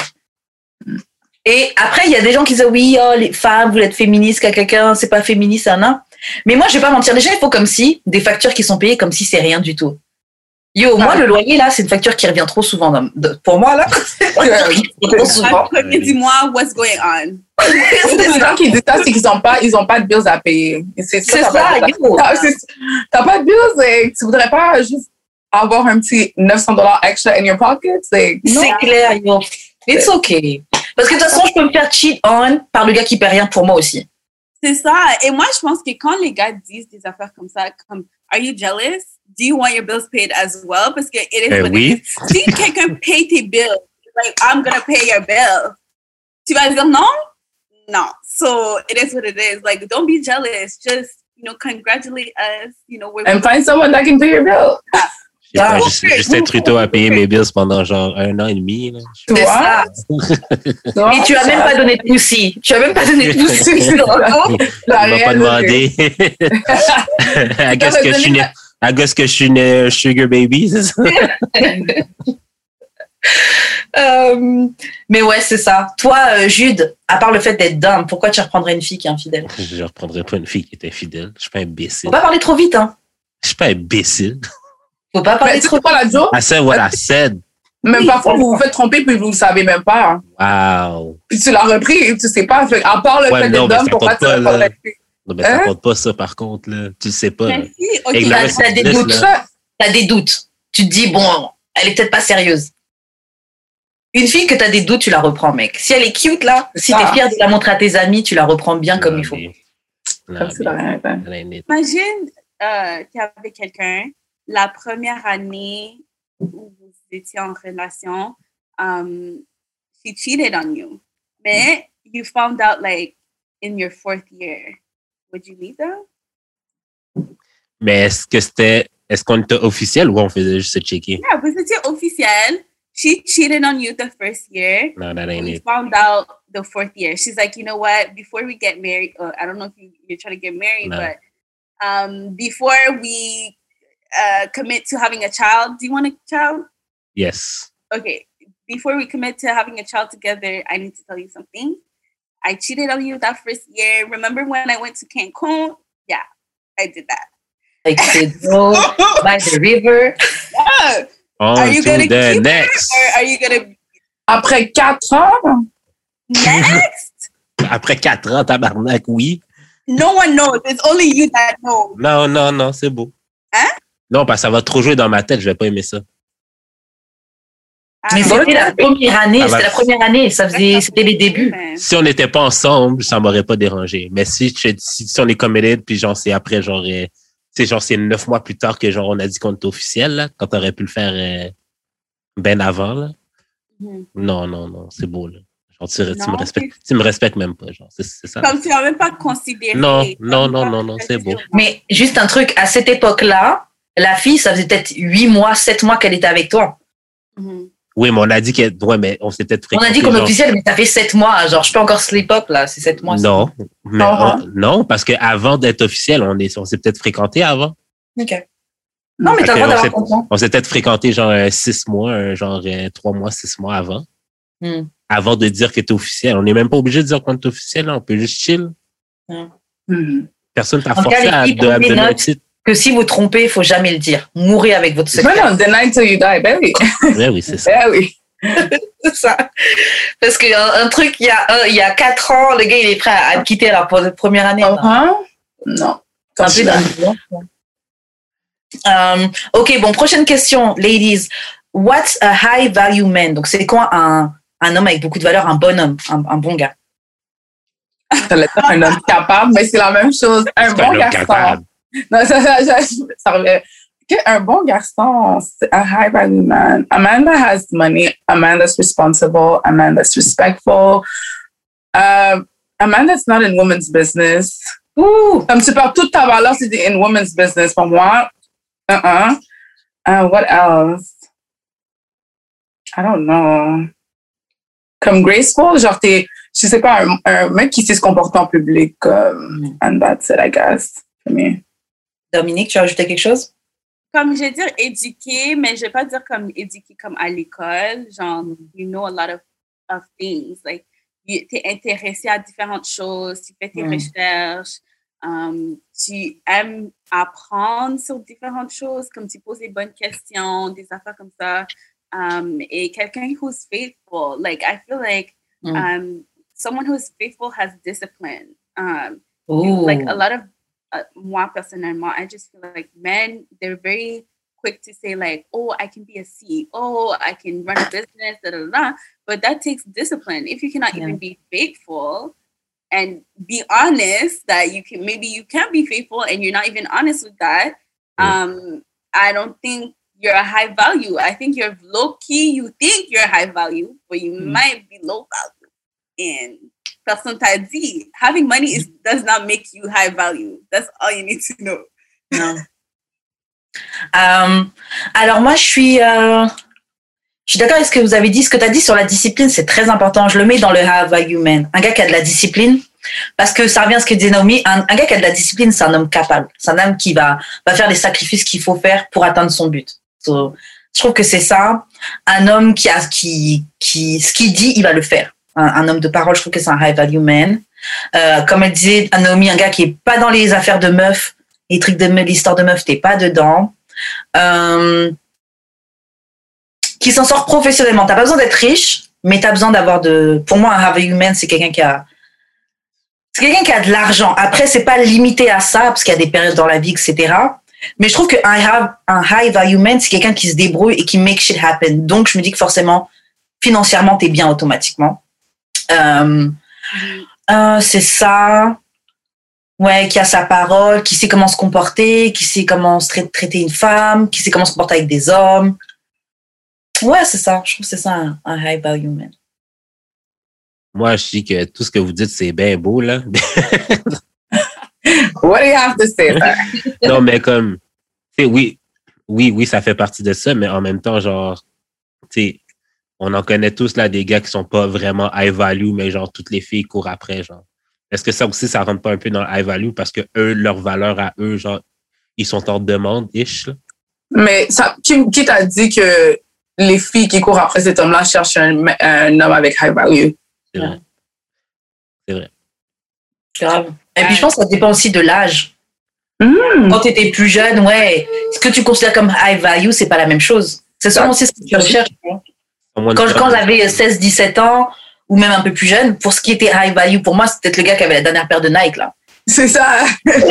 et après, il y a des gens qui disent oui, oh, les femmes, vous êtes féministes, qu'à quelqu'un, c'est pas féministe, ça, non. Mais moi, je vais pas mentir. Déjà, il faut comme si des factures qui sont payées comme si c'est rien du tout. Yo, moi, le loyer, là, c'est une facture qui revient trop souvent. Pour moi, là, trop souvent. Dis-moi, what's going on? Les gens qui disent ça, c'est qu'ils ont pas de bills à payer. Et c'est ça, yo. T'as pas de bills et tu voudrais pas juste avoir un petit $900 extra in your pocket? C'est clair, yo. It's okay. Parce que de toute façon, je peux me faire cheat on par le gars qui paie rien pour moi aussi. C'est ça. Et moi, je pense que quand les gars disent des affaires comme ça, comme are you jealous? Do you want your bills paid as well? Parce que it is what oui. it is. Si quelqu'un paye tes bills, like I'm gonna pay your bill. Tu vas dire non? No. So it is what it is. Like don't be jealous. Just congratulate us. And find someone that can pay your bill. Justin Trudeau a payé mes bills pendant genre 1 an et demi. Là. C'est ça. Et tu as même pas donné de poussi. Tu as même pas donné de poussi. Il m'a pas demandé. À guess que je suis une sugar baby, c'est ça? Mais ouais, c'est ça. Toi, Jude, à part le fait d'être dumb, pourquoi tu reprendrais une fille qui est infidèle? Je reprendrais pas une fille qui est infidèle. Je suis pas imbécile. Faut pas parler trop vite, hein? Je suis pas imbécile. Faut pas parler trop vite. C'est pas la joke? I said what I said. Même parfois, vous vous faites tromper puis vous ne savez même pas. Wow. Puis tu l'as repris et tu sais pas. À part le fait d'être dumb, pourquoi tu l'as pas repris? Non, mais ça compte pas ça, par contre, là. Tu le sais pas. Si, okay. T'as des doutes. T'as des doutes. Tu te dis, bon, elle est peut-être pas sérieuse. Une fille que t'as des doutes, tu la reprends, mec. Si elle est cute, là, si t'es fière de la montrer à tes amis, tu la reprends bien comme il faut. Imagine qu'il y avait quelqu'un, la première année où vous étiez en relation, she cheated on you. Mais you found out, like, in your 4th year. Would you leave them? Mais est-ce qu'on était officiel ou on faisait juste se checker? Yeah, vous étiez officiel. She cheated on you the 1st year. No, that ain't it. Found out the 4th year. She's like, you know what? Before we get married, I don't know if you're trying to get married, but before we commit to having a child, do you want a child? Yes. Okay. Before we commit to having a child together, I need to tell you something. I cheated on you that 1st year. Remember when I went to Cancun? Yeah, I did that. Like the road by the river. Yeah. Are you gonna keep it or are you gonna? Après 4 ans? Next? Après 4 ans, tabarnak, oui. No one knows. It's only you that knows. Non, c'est beau. Hein? Non, parce que ça va trop jouer dans ma tête, je vais pas aimer ça. Mais c'était la première année, c'était les débuts. Si on n'était pas ensemble, ça m'aurait pas dérangé. Mais si on est committed, puis genre, c'est après, genre, c'est 9 mois plus tard que genre, on a dit qu'on était officiel, là, quand t'aurais pu le faire ben avant, là. Non, c'est beau, là. Genre, tu me respectes même pas, genre, c'est ça. Comme tu n'as même pas considéré. Non, c'est beau. Mais juste un truc, à cette époque-là, la fille, ça faisait peut-être 8 mois, 7 mois qu'elle était avec toi. Oui, mais on a dit mais on s'est peut-être fréquenté. On a dit comme officiel, mais ça fait 7 mois. Genre, je peux encore se l'époque, là. C'est 7 mois. Non. Non, parce qu'avant d'être officiel, on s'est peut-être fréquenté avant. OK. Non, mais t'as le droit d'avoir comprendre. On s'est peut-être fréquenté genre 6 mois, genre 3 mois, 6 mois avant. Avant de dire que t'es officiel. On n'est même pas obligé de dire qu'on est officiel, là. On peut juste chill. Personne t'a forcé à donner un titre. Que si vous trompez, il faut jamais le dire. Mourrez avec votre secret. Non, deny till you die, ben oui. Ben oui, c'est ça. Ben oui. C'est ça. Parce qu'un truc, il y a 4 ans, le gars, il est prêt à te quitter alors, pour la première année. Non. OK, bon, prochaine question, ladies. What's a high value man? Donc, c'est quoi un homme avec beaucoup de valeur, un bon homme, un bon gars? J'allais dire un homme capable, mais c'est la même chose. Un bon garçon. Capable. Non, ça revient. Un bon garçon, c'est a high value man. A man that has money, a man that's responsible, a man that's respectful, a man that's not in women's business. Ooh, comme tu parles toute ta valeur, c'est in women's business. Pour moi, what else? I don't know. Comme graceful, genre je sais pas, un mec qui sait se comporter en public. And that's it, I guess, for me. Dominique, tu as ajouté quelque chose? Comme je vais dire éduqué, mais je vais pas dire comme éduqué comme à l'école. Genre, you know a lot of things. Like, tu es intéressé à différentes choses, tu fais tes recherches, tu aimes apprendre sur différentes choses, comme tu poses des bonnes questions, des affaires comme ça. Et quelqu'un who's faithful. Like, I feel like someone who's faithful has discipline. Like, a lot of moi, personnellement, I just feel like men, they're very quick to say like, oh, I can be a CEO, I can run a business, da, da, da. But that takes discipline. If you cannot even be faithful and be honest that you can't be faithful and you're not even honest with that, I don't think you're a high value. I think you're low key, you think you're high value, but you might be low value. And personne t'a dit, having money does not make you high value. That's all you need to know. Non. Alors moi, je suis d'accord avec ce que vous avez dit. Ce que tu as dit sur la discipline, c'est très important. Je le mets dans le high value man. Un gars qui a de la discipline, parce que ça revient à ce que disait Naomi, un gars qui a de la discipline, c'est un homme capable. C'est un homme qui va faire les sacrifices qu'il faut faire pour atteindre son but. So, je trouve que c'est ça. Un homme qui ce qu'il dit, il va le faire. Un homme de parole, je trouve que c'est un high value man. Comme elle disait, Naomi, un gars qui est pas dans les affaires de meufs, les trucs de meufs, l'histoire de meufs, t'es pas dedans. Qui s'en sort professionnellement. T'as pas besoin d'être riche, mais t'as besoin d'avoir pour moi, un high value man, c'est quelqu'un qui a de l'argent. Après, c'est pas limité à ça, parce qu'il y a des périodes dans la vie, etc. Mais je trouve qu'un high value man, c'est quelqu'un qui se débrouille et qui make shit happen. Donc, je me dis que forcément, financièrement, t'es bien automatiquement. C'est ça. Ouais, qui a sa parole, qui sait comment se comporter, qui sait comment traiter une femme, qui sait comment se comporter avec des hommes. Ouais, c'est ça. Je trouve que c'est ça un high value man. Moi, je dis que tout ce que vous dites, c'est bien beau, là. What do you have to say, there? Non, mais comme, tu sais, oui, ça fait partie de ça, mais en même temps, genre, tu sais, on en connaît tous, là, des gars qui sont pas vraiment high value, mais genre, toutes les filles courent après, genre. Est-ce que ça aussi, ça rentre pas un peu dans le high value parce que eux, leur valeur à eux, genre, ils sont en demande-ish, là? Mais ça, qui t'a dit que les filles qui courent après cet homme-là cherchent un homme avec high value? C'est vrai. C'est vrai. Grave. Et puis, je pense que ça dépend aussi de l'âge. Quand tu étais plus jeune, ouais, ce que tu considères comme high value, c'est pas la même chose. C'est sûrement aussi ce que tu recherches. Quand j'avais 16-17 ans, ou même un peu plus jeune, pour ce qui était high value, pour moi, c'était peut-être le gars qui avait la dernière paire de Nike, là. C'est ça.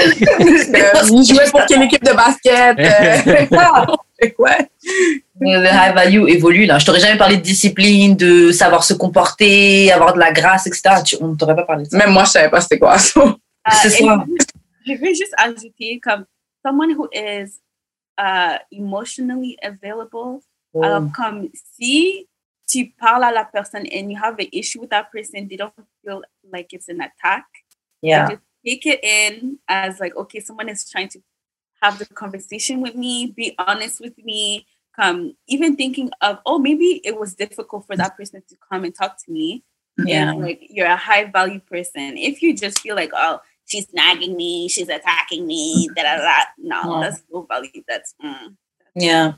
Il jouait pour quelle équipe de basket? C'est quoi? Le high value évolue, là. Je t'aurais jamais parlé de discipline, de savoir se comporter, avoir de la grâce, etc. On ne t'aurait pas parlé de ça. Même moi, je savais pas c'était quoi ça. C'est ça. Je veux juste ajouter comme someone who is emotionally available. Alors, comme si tu parles à la personne and you have an issue with that person, they don't feel like it's an attack. Yeah. They just take it in as like, okay, someone is trying to have the conversation with me, be honest with me, even thinking of, oh, maybe it was difficult for that person to come and talk to me. Yeah. And, like, you're a high value person. If you just feel like, oh, she's nagging me, she's attacking me, no, that's low value. That's Yeah.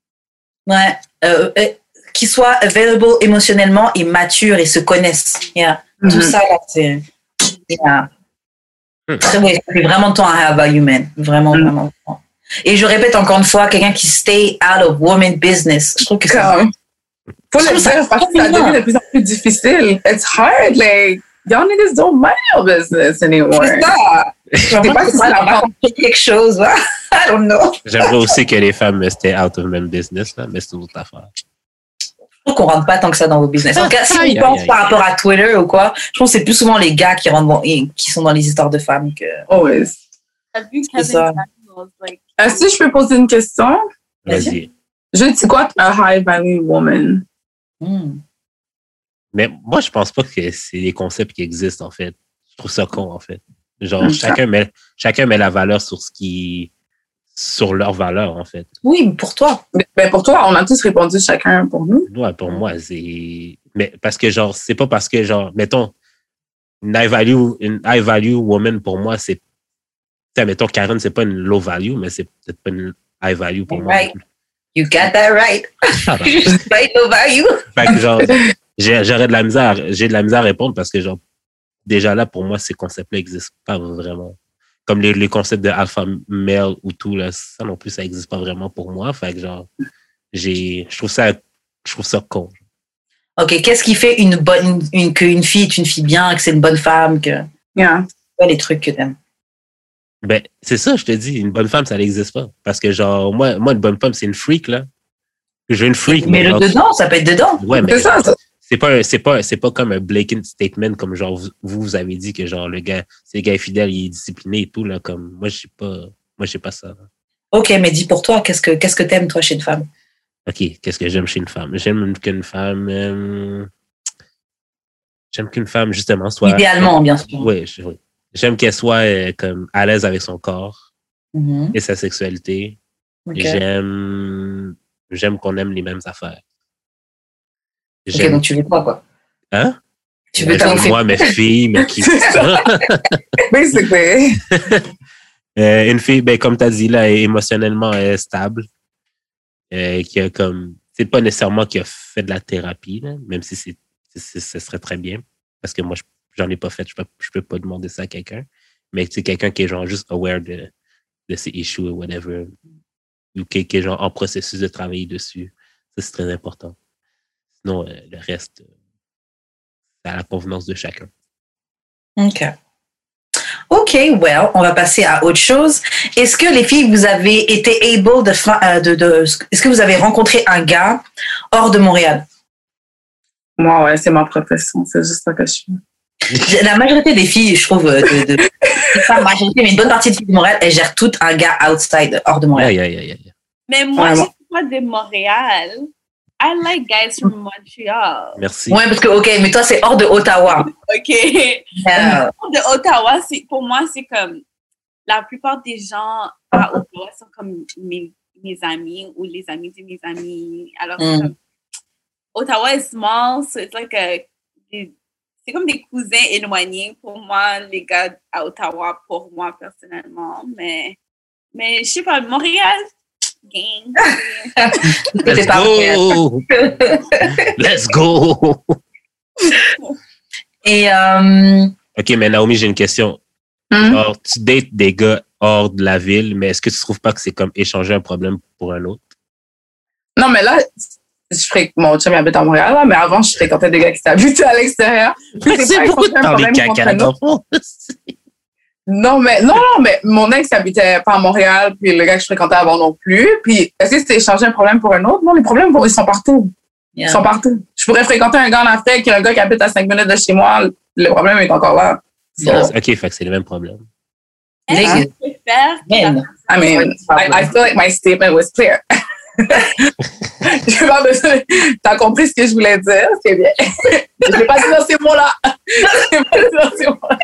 Ouais. Qu'ils soient available émotionnellement et matures et se connaissent. Yeah. Tout ça, là, c'est... Yeah. C'est vraiment ton high value man. Vraiment, vraiment. Et je répète encore une fois, quelqu'un qui stay out of woman business. Je trouve que c'est... Faut le dire parce que ça devient de plus en plus difficile. It's hard, like... Y'all niggas don't mind your business anymore. C'est ça. Je sais pas si ça va compris quelque chose. I don't know. J'aimerais aussi que les femmes stay out of men business, là, mais c'est une autre affaire. trouve qu'on rentre pas tant que ça dans vos business. En tout cas, si on pense par rapport à Twitter ou quoi, je pense que c'est plus souvent les gars qui sont dans les histoires de femmes que. Always. T'as vu Kevin ça. Samuels, like, Est-ce que je peux poser une question? Vas-y. Je dis quoi, a high value woman? Mais moi, je pense pas que c'est des concepts qui existent, en fait. Je trouve ça con, en fait. Genre, chacun met la valeur sur leur valeur, en fait. Oui, pour toi. Mais pour toi, on a tous répondu chacun pour nous. Ouais, pour moi, c'est... Mais parce que, genre, c'est pas parce que, genre, mettons, une high value woman, pour moi, c'est... Mettons, Karen, c'est pas une low value, mais c'est peut-être pas une high value pour moi. Right. You got that right. Right, low value. Fait que, genre, j'ai de la misère à répondre parce que, genre, déjà là, pour moi, ces concepts-là n'existent pas vraiment. Comme les concepts de alpha male ou tout, là, ça non plus, ça n'existe pas vraiment pour moi. Fait que, genre, je trouve ça con. OK, qu'est-ce qui fait qu'une fille est une fille bien, que c'est une bonne femme, que. Yeah. Pas les trucs que t'aimes. Ben, c'est ça, je te dis, une bonne femme, ça n'existe pas. Parce que, genre, moi, une bonne femme, c'est une freak, là. Je veux une freak. Mais le dedans, ça peut être dedans. Ouais, mais C'est ça. c'est pas comme un blatant statement, comme genre, vous avez dit que, genre, c'est le gars fidèle, il est discipliné et tout, là, comme, moi, je sais pas ça. Là. OK, mais dis pour toi, qu'est-ce que t'aimes, toi, chez une femme? OK, qu'est-ce que j'aime chez une femme? J'aime qu'une femme, justement, soit... Idéalement, bien sûr. Oui. J'aime qu'elle soit comme à l'aise avec son corps et sa sexualité. Okay. J'aime qu'on aime les mêmes affaires. OK, donc tu veux quoi? Hein? Tu veux moi, mes filles, mes qui... Basically. Une fille, ben, comme tu as dit, là, émotionnellement stable. Qui a comme... C'est pas nécessairement qui a fait de la thérapie, là, même si ce serait très bien. Parce que moi, j'en ai pas fait, je peux pas demander ça à quelqu'un. Mais c'est quelqu'un qui est genre juste aware de ses issues ou whatever. Ou qui est genre en processus de travailler dessus. Ça, c'est très important. Sinon, le reste, c'est à la convenance de chacun. OK, well, on va passer à autre chose. Est-ce que les filles, vous avez été able est-ce que vous avez rencontré un gars hors de Montréal? Moi, ouais, c'est ma profession. C'est juste ça que je fais. La majorité des filles, je trouve, pas la majorité, mais une bonne partie des filles de Montréal, elles gèrent toutes un gars hors de Montréal. Yeah. Mais moi, je suis pas de Montréal. I like guys from Montreal. Merci. Ouais, parce que, OK, mais toi, c'est hors de Ottawa. OK. Hors de Ottawa, pour moi, c'est comme la plupart des gens à Ottawa sont comme mes amis ou les amis de mes amis. Alors, comme, Ottawa est small, so it's like c'est comme des cousins éloignés pour moi, les gars à Ottawa, pour moi personnellement. Mais je sais pas, Montréal, gang. Let's go! Let's go! Et OK, mais Naomi, j'ai une question. Alors, tu dates des gars hors de la ville, mais est-ce que tu trouves pas que c'est comme échanger un problème pour un autre? Non, mais là, mon chum habite à Montréal, là, mais avant, je fréquentais des gars qui habitaient à l'extérieur. C'est beaucoup de parler caca dans le fond. Non, mais mon ex habitait pas à Montréal, puis le gars que je fréquentais avant non plus. Puis, est-ce que c'était échanger un problème pour un autre? Non, les problèmes, ils sont partout. Yeah. Ils sont partout. Je pourrais fréquenter un gars en Afrique, un gars qui habite à 5 minutes de chez moi, le problème est encore là. OK, fait que c'est le même problème. I mean, I feel like my statement was clear. J'ai pas besoin. T'as compris ce que je voulais dire, c'est bien. Je l'ai pas dit dans ces mots-là. Je l'ai pas dit dans ces mots-là.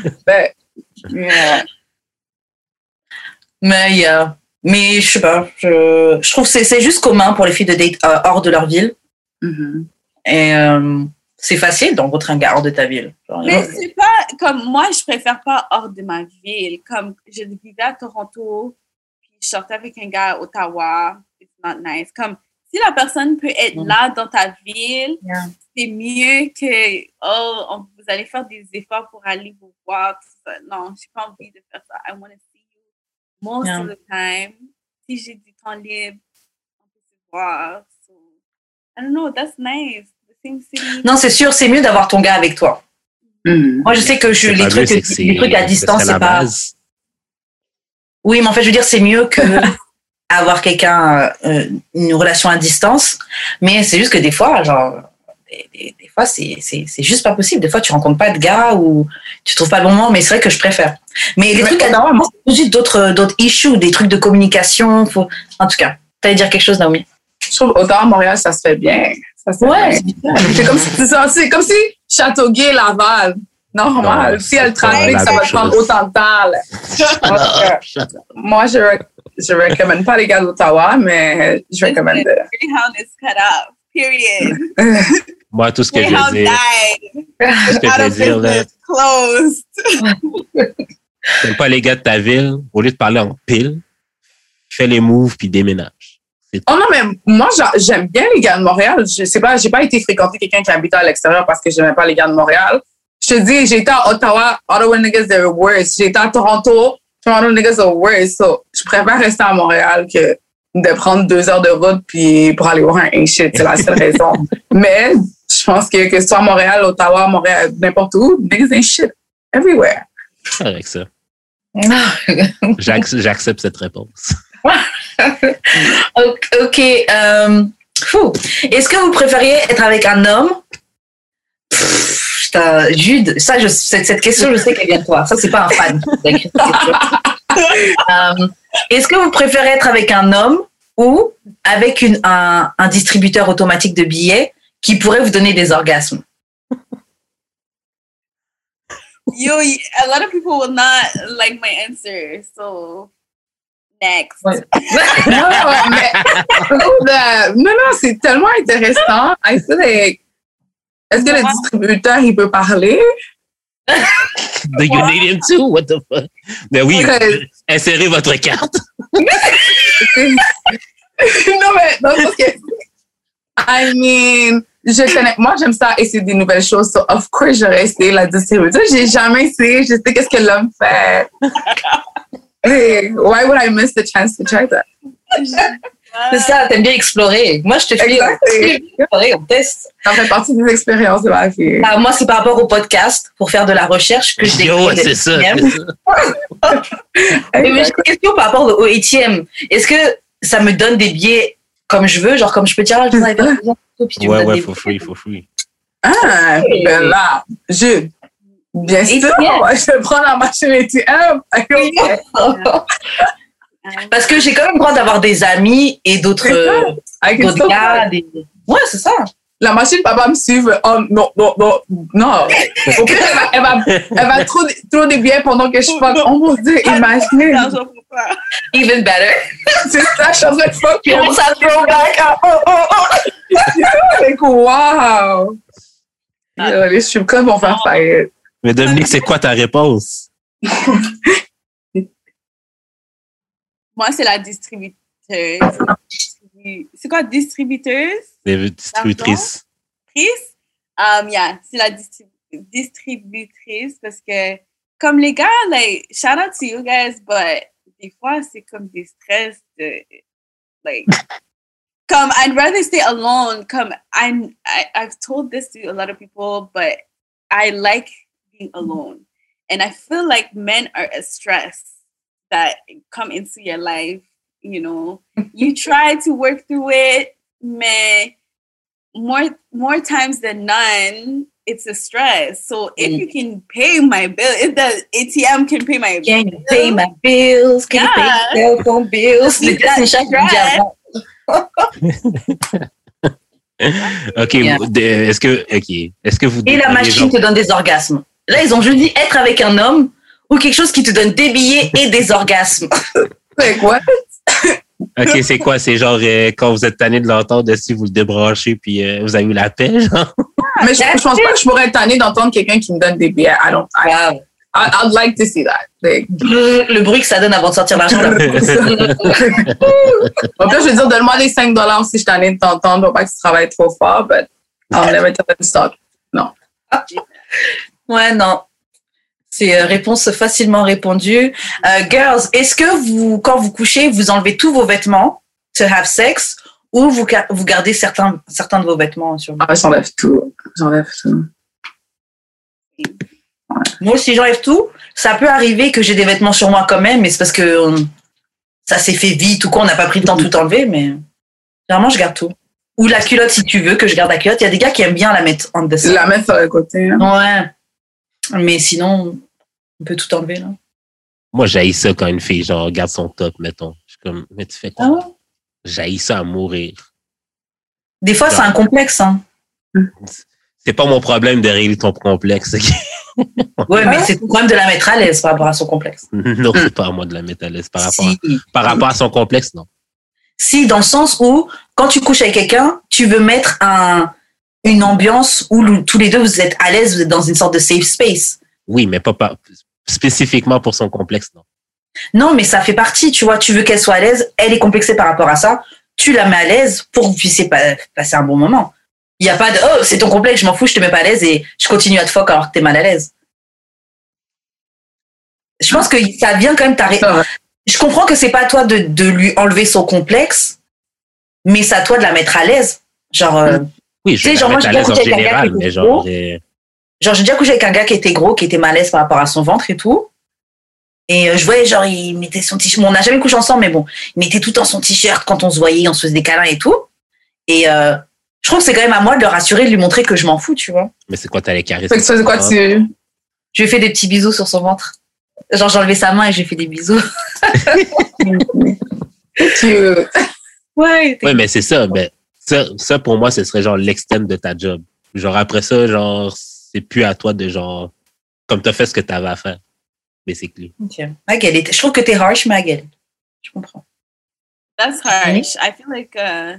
Mais je sais pas. Je trouve que c'est juste commun pour les filles de date hors de leur ville. Et c'est facile de rencontrer un gars hors de ta ville. Genre, mais c'est pas comme moi, je préfère pas hors de ma ville. Comme je vivais à Toronto, puis je sortais avec un gars à Ottawa. It's not nice. Comme si la personne peut être là dans ta ville, c'est mieux que vous allez faire des efforts pour aller vous voir. Non, j'ai pas envie de faire ça. I want to see you most of the time. Si j'ai du temps libre, on peut se voir. So, I don't know, that's nice. Non, c'est sûr, c'est mieux d'avoir ton gars avec toi. Moi, je sais que les trucs à distance, c'est pas... Oui, mais en fait, je veux dire, c'est mieux que avoir quelqu'un, une relation à distance, mais c'est juste que des fois, genre, des fois, c'est juste pas possible. Des fois, tu rencontres pas de gars ou tu trouves pas le bon moment, mais c'est vrai que je préfère. Mais les trucs à Ottawa, moi, c'est juste d'autres issues, des trucs de communication. En tout cas, t'allais dire quelque chose, Naomi? Je trouve Ottawa, Montréal, ça se fait bien. Ça se fait bien. C'est comme si Châteauguay, Laval. Normal. Si elle trafique, ça va prendre autant de temps. Moi, je recommande pas les gars d'Ottawa, mais je recommande. Greyhound is cut off. Period. Moi, tout ce que je veux dire. Tout ce que je veux dire, là. Closed. T'aimes pas les gars de ta ville, au lieu de parler en pile, fais les moves puis déménage. Oh non, mais moi, j'aime bien les gars de Montréal. Je sais pas, j'ai pas été fréquenter quelqu'un qui habitait à l'extérieur parce que j'aimais pas les gars de Montréal. Je te dis, j'ai été à Ottawa, Ottawa niggas, they're worse. J'ai été à Toronto niggas are worse. So, je préfère rester à Montréal que de prendre 2 heures de route puis pour aller voir un shit. C'est la seule raison. Mais je pense que ce soit Montréal, Ottawa, Montréal, n'importe où, niggas ain't shit everywhere. C'est avec ça. J'accepte cette réponse. OK. Est-ce que vous préfériez être avec un homme? Jude, cette question, je sais qu'elle vient de toi. Ça, c'est pas un fan. Est-ce que vous préférez être avec un homme ou avec un distributeur automatique de billets qui pourrait vous donner des orgasmes? Yo, a lot of people will not like my answer, so next. Ouais. Non, c'est tellement intéressant. I feel like, est-ce que le distributeur, il peut parler? Do you need him too? What the fuck? Ben oui, insérez votre carte. Non, parce que, I mean, moi, j'aime ça essayer des nouvelles choses. So, of course, j'aurais essayé la distribution. J'ai jamais essayé. Je sais qu'est-ce que l'homme fait. Hey, why would I miss the chance to try that? C'est ça, t'aimes bien explorer. Moi, je te fais explorer, on teste. Ça fait partie des expériences de ma vie. Moi, c'est par rapport au podcast, pour faire de la recherche que je découvre. C'est ça. Mais j'ai une question par rapport au ATM. Est-ce que ça me donne des billets comme je veux? Genre, comme je peux dire, je vais faire puis tu me donnes des for free. Ah, ben là, bien sûr, je vais prendre la machine ATM. Parce que j'ai quand même le droit d'avoir des amis et d'autres gars. Ouais, c'est ça. La machine va pas me suivre. Oh, non. Au pire, elle va trop des billets pendant que je fuck. Oh mon Dieu, imaginez. Even better. C'est ça, je suis en train de fuck. Comment ça throwback? Like, wow. Je suis comme pour faire faillite. Mais Dominique, c'est quoi ta réponse? Moi, c'est la distributeuse. C'est quoi, distributeuse? Distributrice. Yeah, c'est la distributrice parce que, comme les gars, like, shout out to you guys, but des fois, c'est comme des stress de, like, come, I'd rather stay alone. Come, I've told this to a lot of people, but I like being alone. And I feel like men are a stress that come into your life, you know. You try to work through it, mais more times than none, it's a stress. So if you can pay my bill, if the ATM can pay my bills. Can you pay my bills? Can you pay cell phone bills? C'est chaque OK. Yeah. Est-ce que vous... Et la machine te donne des orgasmes. Là, ils ont juste dit être avec un homme ou quelque chose qui te donne des billets et des orgasmes. C'est quoi? OK, c'est quoi? C'est genre quand vous êtes tanné de l'entendre, si vous le débranchez puis vous avez eu la paix, genre? Mais je pense pas que je pourrais être tanné d'entendre quelqu'un qui me donne des billets. I'd like to see that. Like, le bruit que ça donne avant de sortir l'argent. En plus, je veux dire, donne-moi les $5 si je t'en ai de t'entendre. Faut pas que tu travailles trop fort, but I'll never tell you to stop. Non. Ouais, non. C'est réponse facilement répondue. Girls, est-ce que vous, quand vous couchez, vous enlevez tous vos vêtements to have sex ou vous gardez certains de vos vêtements sur vous? Ah, j'enlève tout. Ouais. Moi aussi, j'enlève tout. Ça peut arriver que j'ai des vêtements sur moi quand même, mais c'est parce que ça s'est fait vite ou quoi, on n'a pas pris le temps de tout enlever, mais généralement, je garde tout. Ou la culotte, si tu veux, que je garde la culotte. Il y a des gars qui aiment bien la mettre en dessous. La mettre sur le côté. Hein. Ouais. Mais sinon, on peut tout enlever, là. Moi, j'haïs ça quand une fille, genre, garde son top, mettons. Je suis comme, mais tu fais quoi? Ah ouais? J'haïs ça à mourir. Des fois, genre, c'est un complexe, hein. C'est pas mon problème de régler ton complexe. Ouais, mais c'est ton problème de la mettre à l'aise par rapport à son complexe. Non, c'est pas à moi de la mettre à l'aise. Par rapport à son complexe, non. Si, dans le sens où, quand tu couches avec quelqu'un, tu veux mettre une ambiance où tous les deux, vous êtes à l'aise, vous êtes dans une sorte de safe space. Oui, mais pas spécifiquement pour son complexe, non. Non, mais ça fait partie, tu vois. Tu veux qu'elle soit à l'aise, elle est complexée par rapport à ça. Tu la mets à l'aise pour que vous puissiez passer un bon moment. Il n'y a pas de « Oh, c'est ton complexe, je m'en fous, je te mets pas à l'aise et je continue à te fuck alors que t'es mal à l'aise. » Je pense que ça vient quand même Je comprends que c'est pas à toi de lui enlever son complexe, mais c'est à toi de la mettre à l'aise. Genre, oui, je vais la mettre à l'aise en général, mais genre... Genre, j'ai déjà couché avec un gars qui était gros, qui était mal à l'aise par rapport à son ventre et tout. Et je voyais, genre, il mettait son t-shirt. Bon, on n'a jamais couché ensemble, mais bon, il mettait tout dans son t-shirt quand on se voyait, on se faisait des câlins et tout. Et je trouve que c'est quand même à moi de le rassurer, de lui montrer que je m'en fous, tu vois. Mais c'est quoi, t'allais caresser? Fait que tu faisais quoi, Je lui ai fait des petits bisous sur son ventre. Genre, j'ai enlevé sa main et j'ai fait des bisous. Ouais, mais c'est ça. Ben, ça, pour moi, ce serait genre l'extend de ta job. Genre, après ça, genre, c'est plus à toi de genre, comme t'as fait ce que t'avais à faire. Basically. Ok. I get it. Je trouve que t'es harsh, mais I get it. Je comprends. That's harsh. I feel like,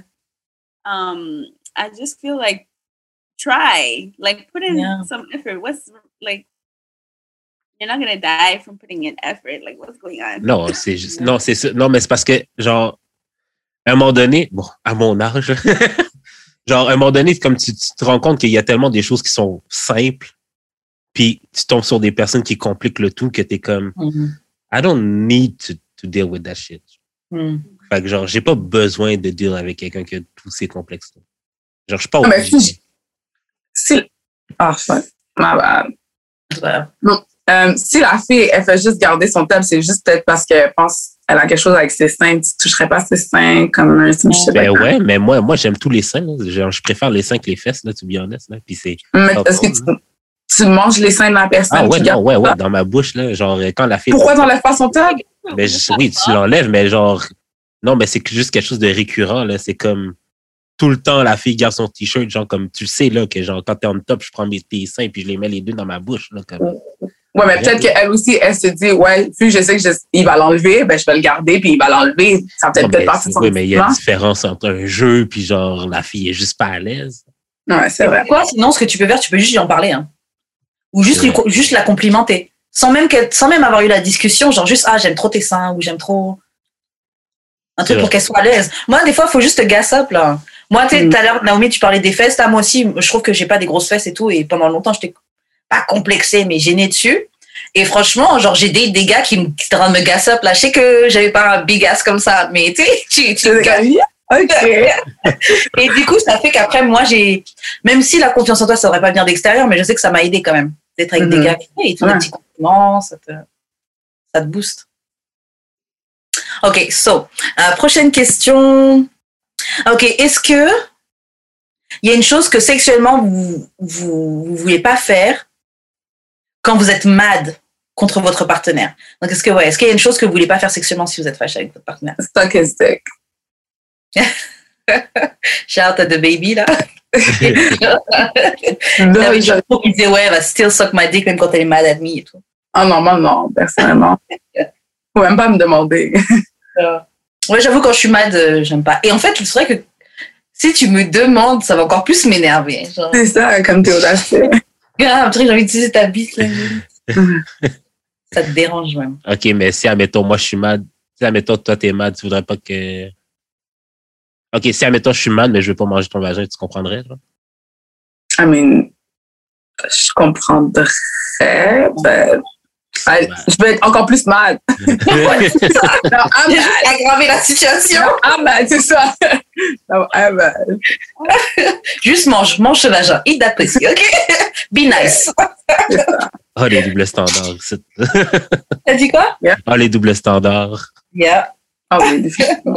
I just feel like, try. Like, put in some effort. What's, like, you're not gonna die from putting in effort. Like, what's going on? Non, c'est juste, non, c'est ça. Non, mais c'est parce que, genre, à un moment donné, bon, à mon âge, genre, à un moment donné, comme tu te rends compte qu'il y a tellement des choses qui sont simples, puis tu tombes sur des personnes qui compliquent le tout, que t'es comme, I don't need to deal with that shit. Fait que, genre, j'ai pas besoin de deal avec quelqu'un qui a tous ces complexes-là. Genre, je suis pas obligé. Ma bad. Non. Si la fille, elle fait juste garder son tab, c'est juste peut-être parce qu'elle pense qu'elle a quelque chose avec ses seins. Tu toucherais pas ses seins comme un Ben ouais, mais moi, j'aime tous les seins. Là. Genre, je préfère les seins que les fesses, là, to be honest. Là. Puis c'est. Mais est-ce que tu manges les seins de la personne? Ah ouais, non, ouais, dans ma bouche, là. Genre, quand la fille. Pourquoi t'enlèves pas son tab? Ben, oui, tu l'enlèves, mais genre. Non, mais c'est juste quelque chose de récurrent, là. C'est comme. Tout le temps, la fille garde son t-shirt, genre, comme tu sais, là, que genre, quand t'es en top, je prends tes seins puis je les mets les deux dans ma bouche, là, comme. Ouais, mais peut-être qu'elle aussi, elle se dit, ouais, vu que je sais qu'il va l'enlever, ben, je vais le garder, puis il va l'enlever. Ça peut-être partie de son. Oui, mais il y a une différence entre un jeu, puis genre, la fille est juste pas à l'aise. Ouais, c'est vrai. Pourquoi? Sinon, ce que tu peux faire, tu peux juste lui en parler, hein. Ou juste la complimenter. Sans même avoir eu la discussion, genre juste, ah, j'aime trop tes seins, ou j'aime trop. Un truc pour qu'elle soit à l'aise. Moi, des fois, il faut juste te gas up, là. Moi, tu sais, tout à l'heure, Naomi, tu parlais des fesses. Moi aussi, je trouve que j'ai pas des grosses fesses et tout. Et pendant longtemps, j'étais pas complexée, mais gênée dessus. Et franchement, genre, j'ai des gars qui étaient en train de me gas up, là. Je sais que j'avais pas un big ass comme ça, mais tu sais, tu OK. Et du coup, ça fait qu'après, moi, même si la confiance en toi, ça devrait pas venir d'extérieur, mais je sais que ça m'a aidé quand même. D'être avec des gars qui font des petits compliments, ça te booste. OK, prochaine question. OK, est-ce que il y a une chose que sexuellement vous voulez pas faire quand vous êtes mad contre votre partenaire? Donc, est-ce qu'il y a une chose que vous voulez pas faire sexuellement si vous êtes fâché avec votre partenaire? Suck his dick. Shout out the baby, là. Non, il disait, ouais, elle va still suck my dick même quand elle est mad at me et tout. Ah non, personnellement. Faut même pas me demander. Ouais, j'avoue, quand je suis mad, j'aime pas. Et en fait, c'est vrai que si tu me demandes, ça va encore plus m'énerver. Genre. C'est ça, comme t'es audacieux. Grave, j'ai envie d'utiliser ta bite, là. Ça te dérange même. OK, mais si, admettons, moi, je suis mad. Si, admettons, toi, t'es mad, tu voudrais pas que... OK, si, admettons, je suis mad, mais je veux pas manger ton vagin, tu comprendrais, là? I mean, je comprendrais, ben... je vais être encore plus mad. Ouais, c'est ça. J'ai juste aggravé la situation. C'est ça. Non, juste mange ce vagin. Eat that pussy, OK? Be nice. Oh, les doubles standards. T'as dit quoi? Oh, les doubles standards. Yeah. Ah oui, définitivement.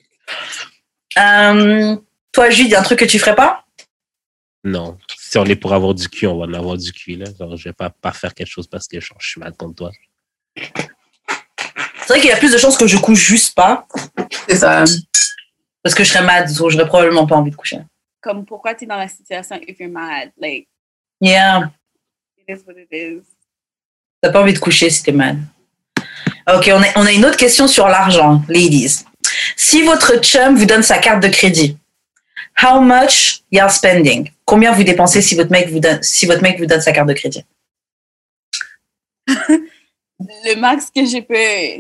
Toi, Jude, il y a un truc que tu ferais pas? Non. Si on est pour avoir du cul, on va en avoir du cul, là. Genre, je vais pas faire quelque chose parce que genre, je suis mal contre toi. C'est vrai qu'il y a plus de chances que je couche juste pas. C'est ça. Parce que je serais mad, donc j'aurais probablement pas envie de coucher. Comme pourquoi tu es dans la situation if you're mad? Like, Yeah. it is what it is. T'as pas envie de coucher si t'es mad. Ok, on a une autre question sur l'argent, ladies. Si votre chum vous donne sa carte de crédit, how much you're spending? Combien vous dépensez si votre mec vous donne sa carte de crédit? Le max que je peux.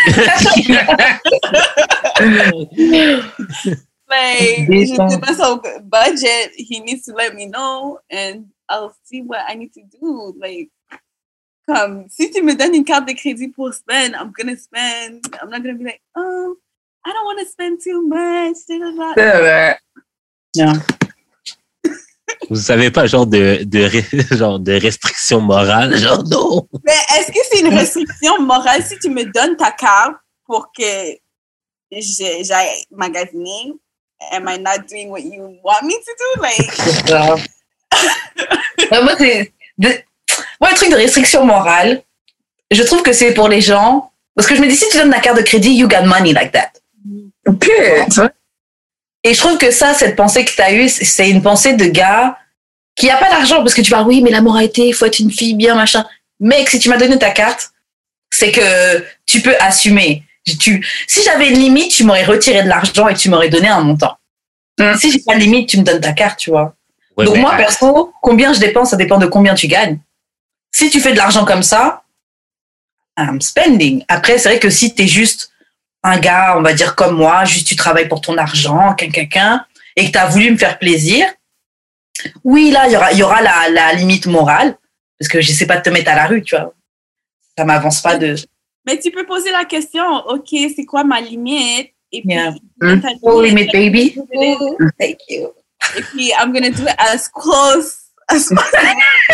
Like, je sais pas son budget. He needs to let me know and I'll see what I need to do. Like, comme, si tu me donnes une carte de crédit pour spend, I'm gonna spend. I'm not gonna be like, oh, I don't want to spend too much. C'est vrai. Yeah. Vous savez pas, genre genre de restriction morale, genre non. Mais est-ce que c'est une restriction morale si tu me donnes ta carte pour que j'aille magasiner? Am I not doing what you want me to do? Like, C'est ça. Moi, le truc de restriction morale, je trouve que c'est pour les gens. Parce que je me dis, si tu donnes ta carte de crédit, you got money like that. OK. Et je trouve que ça, cette pensée que tu as eue, c'est une pensée de gars qui n'a pas d'argent. Parce que tu vas, oui, mais la moralité, il faut être une fille bien, machin. Mec, si tu m'as donné ta carte, c'est que tu peux assumer. Si j'avais une limite, tu m'aurais retiré de l'argent et tu m'aurais donné un montant. Si j'ai pas de limite, tu me donnes ta carte, tu vois. Ouais, donc moi, perso, combien je dépense, ça dépend de combien tu gagnes. Si tu fais de l'argent comme ça, I'm spending. Après, c'est vrai que si t'es juste un gars, on va dire comme moi, juste tu travailles pour ton argent, et que t'as voulu me faire plaisir, oui, là, il y aura la limite morale, parce que j'essaie pas de te mettre à la rue, tu vois. Ça m'avance pas de... mais tu peux poser la question, OK, c'est quoi ma limite? Et puis, Yeah. ta limite, Oh, limit, baby. Thank you. et puis, I'm gonna do it as close as possible.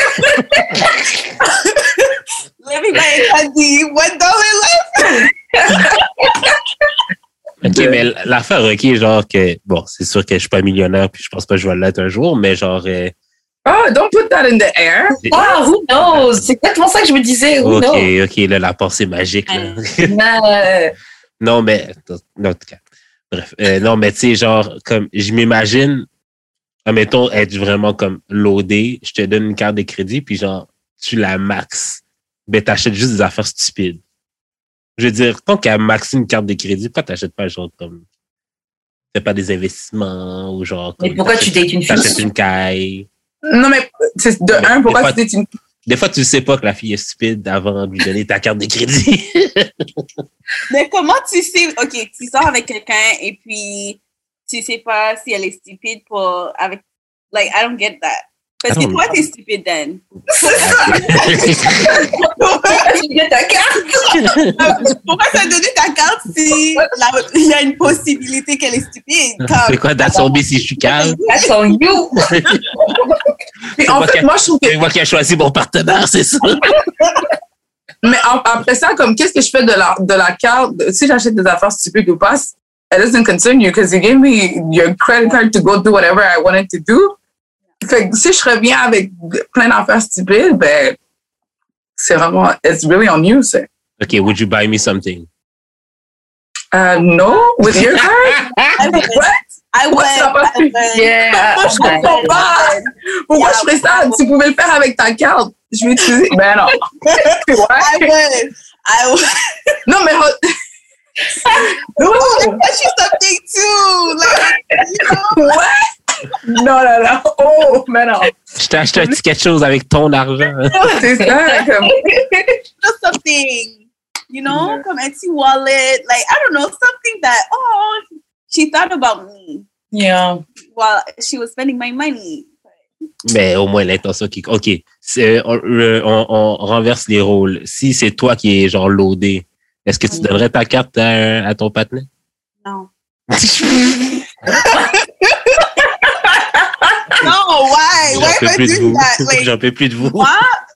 Living by candy, $1 left. OK, mais l'affaire, OK, genre que... Bon, c'est sûr que je suis pas millionnaire puis je pense pas que je vais l'être un jour, mais genre... Oh, don't put that in the air. Ah, who knows? C'est exactement ça que je me disais. Who knows? OK, là, la pensée magique, là. Non, Non, mais... Non, en tout cas. Bref. Non, mais tu sais, genre, comme... Je m'imagine, admettons, être vraiment comme loadé, je te donne une carte de crédit, puis genre, tu la maxes. Ben, t'achètes juste des affaires stupides. Je veux dire, tant qu'à maxer une carte de crédit, pourquoi t'achètes pas genre comme... Fais pas des investissements ou genre... Comme, mais pourquoi tu dates une fille? T'achètes une caille. Non, mais c'est de Mais un, pourquoi des fois- c'était une... Des fois, tu sais pas que la fille est stupide avant de lui donner ta carte de crédit. Mais comment tu sais, OK, tu sors avec quelqu'un et puis tu sais pas si elle est stupide pour, avec, like, I don't get that. Parce que I don't toi, know. t'es stupide, then. Tu mets ta carte? Pourquoi t'as donné ta carte si il y a une possibilité qu'elle est stupide? C'est quoi, that's on me si je suis calme? That's on you. Puis en fait, moi, je trouve que... C'est moi qui ai choisi mon partenaire, c'est ça? Mais après ça, comme, qu'est-ce que je fais de la carte? Si j'achète des affaires stupides ou pas, it doesn't concern you because you gave me your credit card to go do whatever I wanted to do. Fait que si je reviens avec plein d'affaires stupides, ben, c'est vraiment, it's really on you, c'est. OK, would you buy me something? No, with your card? I would. I Pourquoi tu l'as pas fait? Yeah. Je comprends pas. Pourquoi je ferais ça? Tu pouvais le faire avec ta carte. Je vais utiliser. Ben non. Ouais. I would. Non, mais. Non. Get you something too. Like, you know. Ouais. Non. Oh, mais non. Je t'ai acheté un petit quelque chose avec ton argent. C'est ça, comme. Just something, you know, comme un petit wallet, like, I don't know, something that, oh, she thought about me Yeah. while she was spending my money. Mais au moins l'intention qui... OK, on renverse les rôles. Si c'est toi qui es genre loadé, est-ce que tu donnerais ta carte à ton partenaire? No. No, why? J'en Why peux am I plus de doing vous. that? Like, J'en peux plus de vous.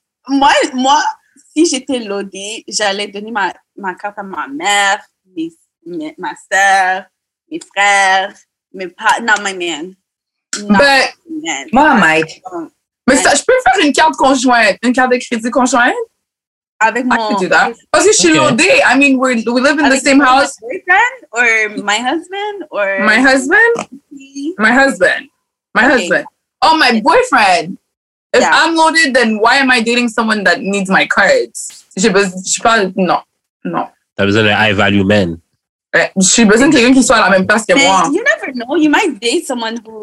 moi, si j'étais loadée, j'allais donner ma carte à ma mère, mes ma soeur, mes frères, not my man. Ben, Man. Moi, Mike. mais ça, je peux faire une carte conjointe, une carte de crédit conjointe? Avec I mon can do that. Parce que je suis loadée. I mean, we live in the avec same mon house. boyfriend or my husband or My husband? My husband. My Okay. husband. Oh, my boyfriend. If Yeah. I'm loaded, then why am I dating someone that needs my cards? Je suis pas, non. T'as besoin d'un high value man. J'ai besoin de quelqu'un qui soit à la même place que Mais moi. you never know. You might date someone who.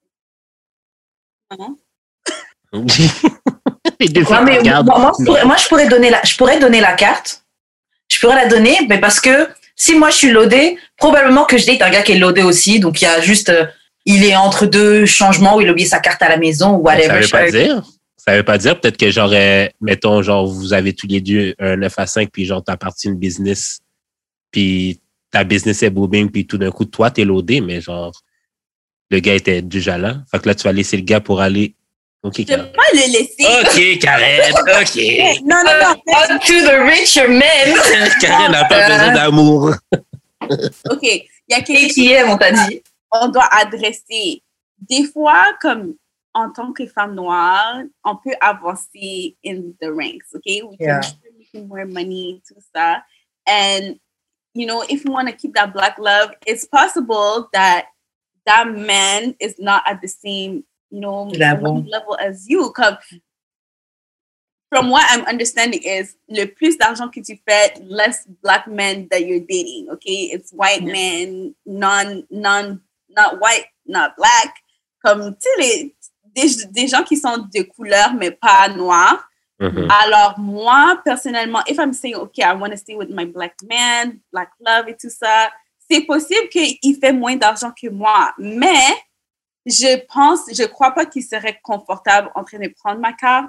Les deux Ouais, filles mais regardent. moi, je pourrais donner la carte. Je pourrais la donner, mais parce que si moi je suis loadée, probablement que je date un gars qui est loadé aussi. Donc il y a juste, il est entre deux changements où il a oublié sa carte à la maison ou Mais whatever. ça veut pas dire. Peut-être que genre, mettons, genre, vous avez tous les deux un 9 à 5, puis genre, t'as parti une business, puis ta business est booming, puis tout d'un coup, toi, t'es loadé, mais genre, le gars était déjà là. Fait que là, tu vas laisser le gars pour aller. OK, Je Karen. vais pas le laisser. OK, Karen. OK. Non. On to the richer men. Karen n'a pas besoin d'amour. OK. Il y a quelque chose ATM, on t'a dit. qu'on doit adresser. Des fois, comme en tant que femme noire, on peut avancer in the ranks, OK? We Yeah. can start making more money, tout ça. And, you know, if you want to keep that Black love, it's possible that that man is not at the same, you know, level as you. Comme, from what I'm understanding is, le plus d'argent que tu fais, less Black men that you're dating, okay? It's white men, not white, not Black. Comme, tu sais, des gens qui sont de couleur, mais pas noirs. Mhm. Alors, moi, personnellement, if I'm saying, okay, I want to stay with my Black man, Black love et tout ça, c'est possible qu'il fait moins d'argent que moi. Mais, je crois pas qu'il serait confortable en train de prendre ma carte.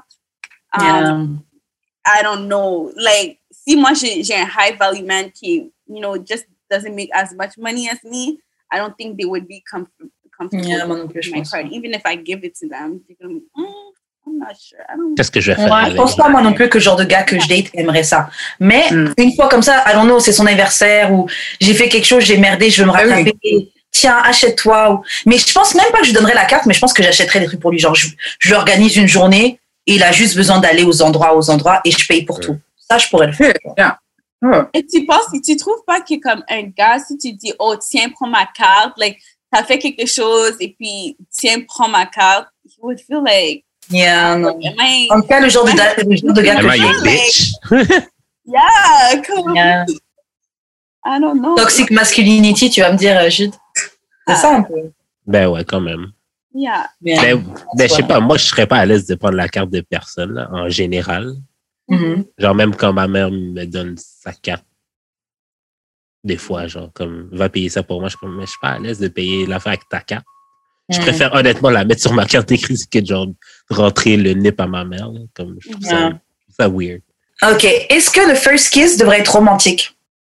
I don't know. Like, si moi, j'ai un high value man qui, you know, just doesn't make as much money as me, I don't think they would be comfortable with my card. Even if I give it to them, they're gonna be, I'm not sure. Qu'est-ce que je vais faire? Ouais, je pense pas moi non plus que le genre de gars que je date aimerait ça. Mais une fois comme ça, I don't know, c'est son anniversaire ou j'ai fait quelque chose, j'ai merdé, je veux me rattraper. Oui. Tiens, achète-toi. Mais je pense même pas que je lui donnerais la carte, mais je pense que j'achèterais des trucs pour lui. Genre, je lui organise une journée et il a juste besoin d'aller aux endroits et je paye pour tout. Ça, je pourrais le faire. Yeah. Et tu trouves pas que comme un gars, si tu dis, oh, tiens, prends ma carte, like, t'as fait quelque chose et puis, tiens, prends ma carte, he would feel like, Yeah, non. am En tout cas, le genre de gars que Am I je your bitch? Yeah, come Yeah. I don't know. Toxic masculinity, tu vas me dire, Jude. C'est ça un peu. Ben ouais, quand même. Yeah. Yeah. Ben, je sais pas, moi, je serais pas à l'aise de prendre la carte de personne, là, en général. Mhm. Genre, même quand ma mère me donne sa carte, des fois, genre, comme, va payer ça pour moi, mais je suis pas à l'aise de payer l'affaire avec ta carte. Je préfère honnêtement la mettre sur ma carte de crédit que de genre rentrer le nip à ma mère. Là, comme, je trouve ça weird. OK. Est-ce que le first kiss devrait être romantique?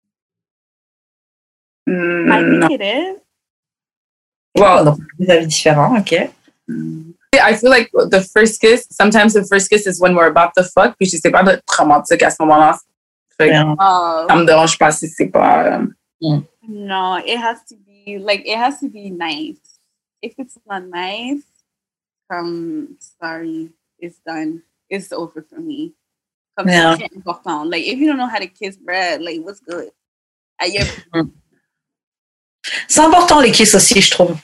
I think it is. Well, Donc, des avis différents, OK. I feel like sometimes the first kiss is when we're about to fuck, puis je sais pas d'être romantique à ce moment-là. Fait que ça me dérange pas si c'est pas... No, it has to be nice. If it's not nice, sorry, it's done. It's over for me. C'est important. Like, if you don't know how to kiss bread, like, what's good? C'est important, les kiss aussi, je trouve.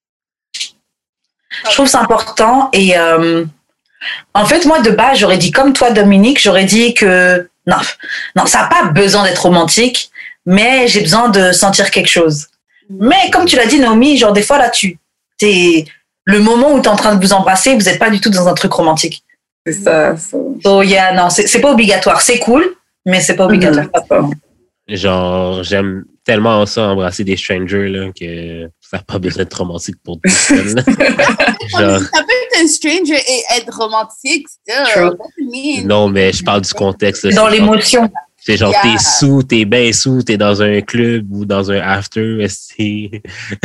Je trouve que c'est important. Et en fait, moi, de base, j'aurais dit comme toi, Dominique, j'aurais dit que non, ça n'a pas besoin d'être romantique, mais j'ai besoin de sentir quelque chose. Mais comme tu l'as dit, Naomi, genre des fois, là, le moment où tu es en train de vous embrasser, vous n'êtes pas du tout dans un truc romantique. C'est ça. So, yeah, non, c'est pas obligatoire. C'est cool, mais c'est pas obligatoire. Genre, j'aime tellement ça, embrasser des strangers, là, que ça n'a pas besoin d'être romantique pour personne. Genre... Ça peut être un stranger et être romantique, still. Non, mais je parle du contexte. Là, dans l'émotion. C'est genre, t'es bien sous, t'es dans un club ou dans un after, tu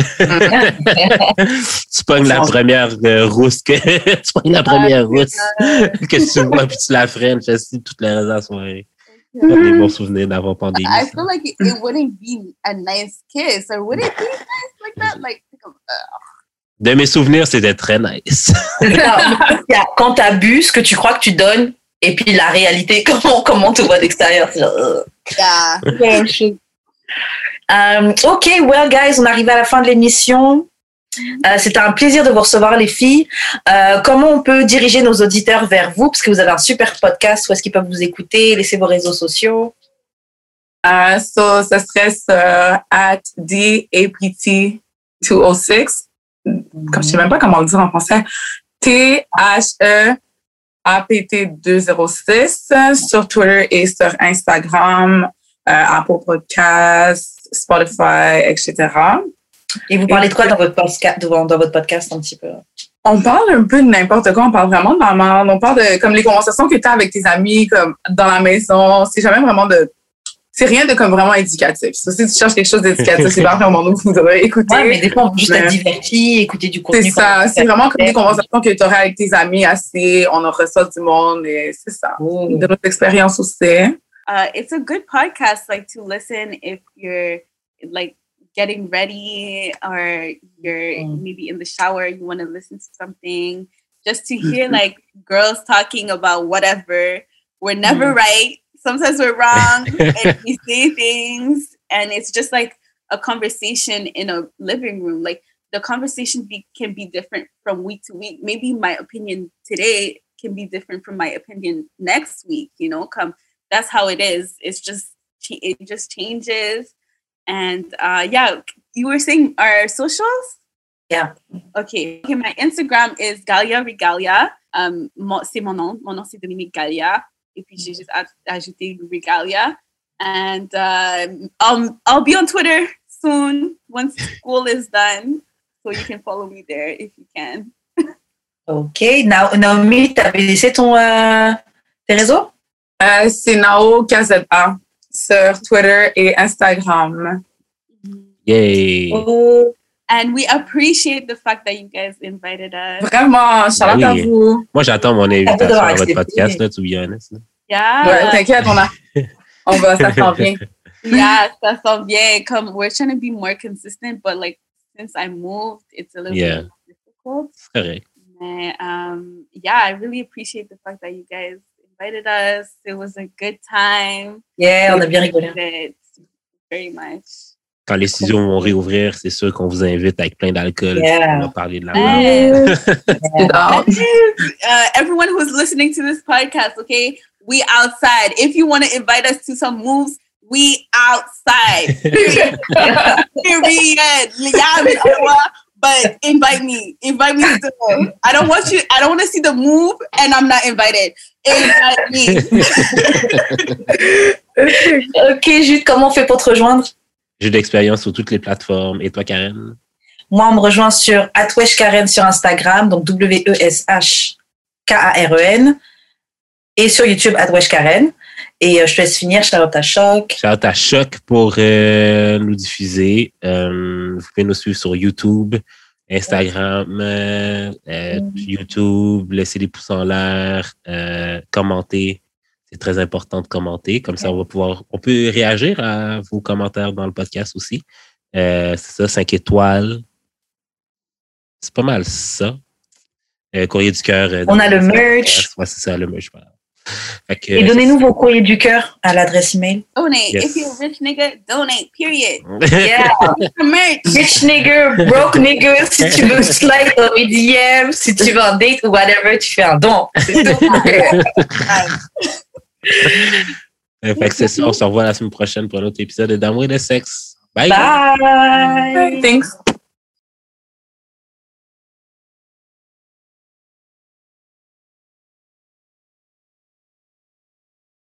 pognes la première rousse que tu pognes la première rousse que tu vois puis tu la freines, toute la raison à soirée. Des bons souvenirs d'avant pandémie. I feel like it wouldn't be a nice kiss, or would it be nice like that? Like, de mes souvenirs, c'était très nice. Quand t'as ce que tu crois que tu donnes, et puis la réalité, comment on te voit d'extérieur. Yeah. OK, well, guys, on arrive à la fin de l'émission. C'était un plaisir de vous recevoir, les filles. Comment on peut diriger nos auditeurs vers vous? Parce que vous avez un super podcast. Où est-ce qu'ils peuvent vous écouter? Laissez vos réseaux sociaux. Ça serait sur @TheAPT206. Comme je sais même pas comment le dire en français. TheAPT206 sur Twitter et sur Instagram, Apple Podcasts, Spotify, etc. Et vous parlez de quoi dans votre podcast un petit peu? On parle un peu de n'importe quoi. On parle vraiment de la merde. On parle de comme les conversations que tu as avec tes amis, comme dans la maison. C'est jamais vraiment c'est rien de comme vraiment éducatif. Si tu cherches quelque chose d'éducatif, c'est pas vraiment nous que vous devrez écouter. Ouais, mais des fois, on peut juste être diverti, écouter du contenu. C'est ça. C'est vraiment comme des conversations que tu aurais avec tes amis assez. On en reçoit du monde et c'est ça. De notre expérience aussi. It's a good podcast, like, to listen if you're, like, getting ready or you're maybe in the shower, you want to listen to something, just to hear like girls talking about whatever. We're never right. Sometimes we're wrong and we say things, and it's just like a conversation in a living room. Like the conversation can be different from week to week. Maybe my opinion today can be different from my opinion next week, you know, that's how it is. It just changes. And yeah, you were saying our socials? Yeah. Okay, my Instagram is Galia Regalia. C'est mon nom. Mon nom, c'est Dominique Galia. Et puis, j'ai juste ajouté Regalia. And I'll be on Twitter soon once school is done. So you can follow me there if you can. OK. Naomi, t'avais laissé tes réseaux? C'est Nao Kazeta sur Twitter et Instagram. Yay! And we appreciate the fact that you guys invited us. Vraiment, shout-out à vous. Moi, j'attends mon invitation à votre podcast, là, to be honest. Yeah. Ouais, t'inquiète, ça s'en vient. Yeah, ça s'en vient. We're trying to be more consistent, but like since I moved, it's a little bit difficult. C'est correct. Yeah, I really appreciate the fact that you guys invited us. It was a good time. Yeah, on a bien rigolé. Very much. Quand les studios vont réouvrir, c'est sûr qu'on vous invite avec plein d'alcool. Yeah. On va parler de la merde. Everyone who's listening to this podcast, okay, we outside. If you want to invite us to some moves, we outside. Period. Yeah, I'm in Ottawa, but invite me. Invite me still. I don't want to see the move and I'm not invited. Invite me. OK, Jude, comment on fait pour te rejoindre? J'ai de l'expérience sur toutes les plateformes. Et toi, Karen? Moi, on me rejoint sur @weshkaren sur Instagram, donc WESHKAREN, et sur YouTube @weshkaren. Et je te laisse finir. Shout-out à Choc. Shout-out à Choc pour nous diffuser. Vous pouvez nous suivre sur YouTube, Instagram, YouTube, laisser des pouces en l'air, commenter. C'est très important de commenter. Comme ça, on peut réagir à vos commentaires dans le podcast aussi. C'est ça, 5 étoiles. C'est pas mal ça. Courrier du cœur. On a le merch. Ouais, c'est ça, le merch. Voilà. Et donnez-nous vos courriers du cœur à l'adresse email. Donate. Yes. If you're a rich nigga, donate, period. Yeah. Merch. Rich nigga, broke nigga, si tu veux slide dans mes DM, si tu veux un date ou whatever, tu fais un don. C'est tout. Fait que c'est ça, on se revoit la semaine prochaine pour un autre épisode d'Amour et de sexe. Bye! Bye! Thanks.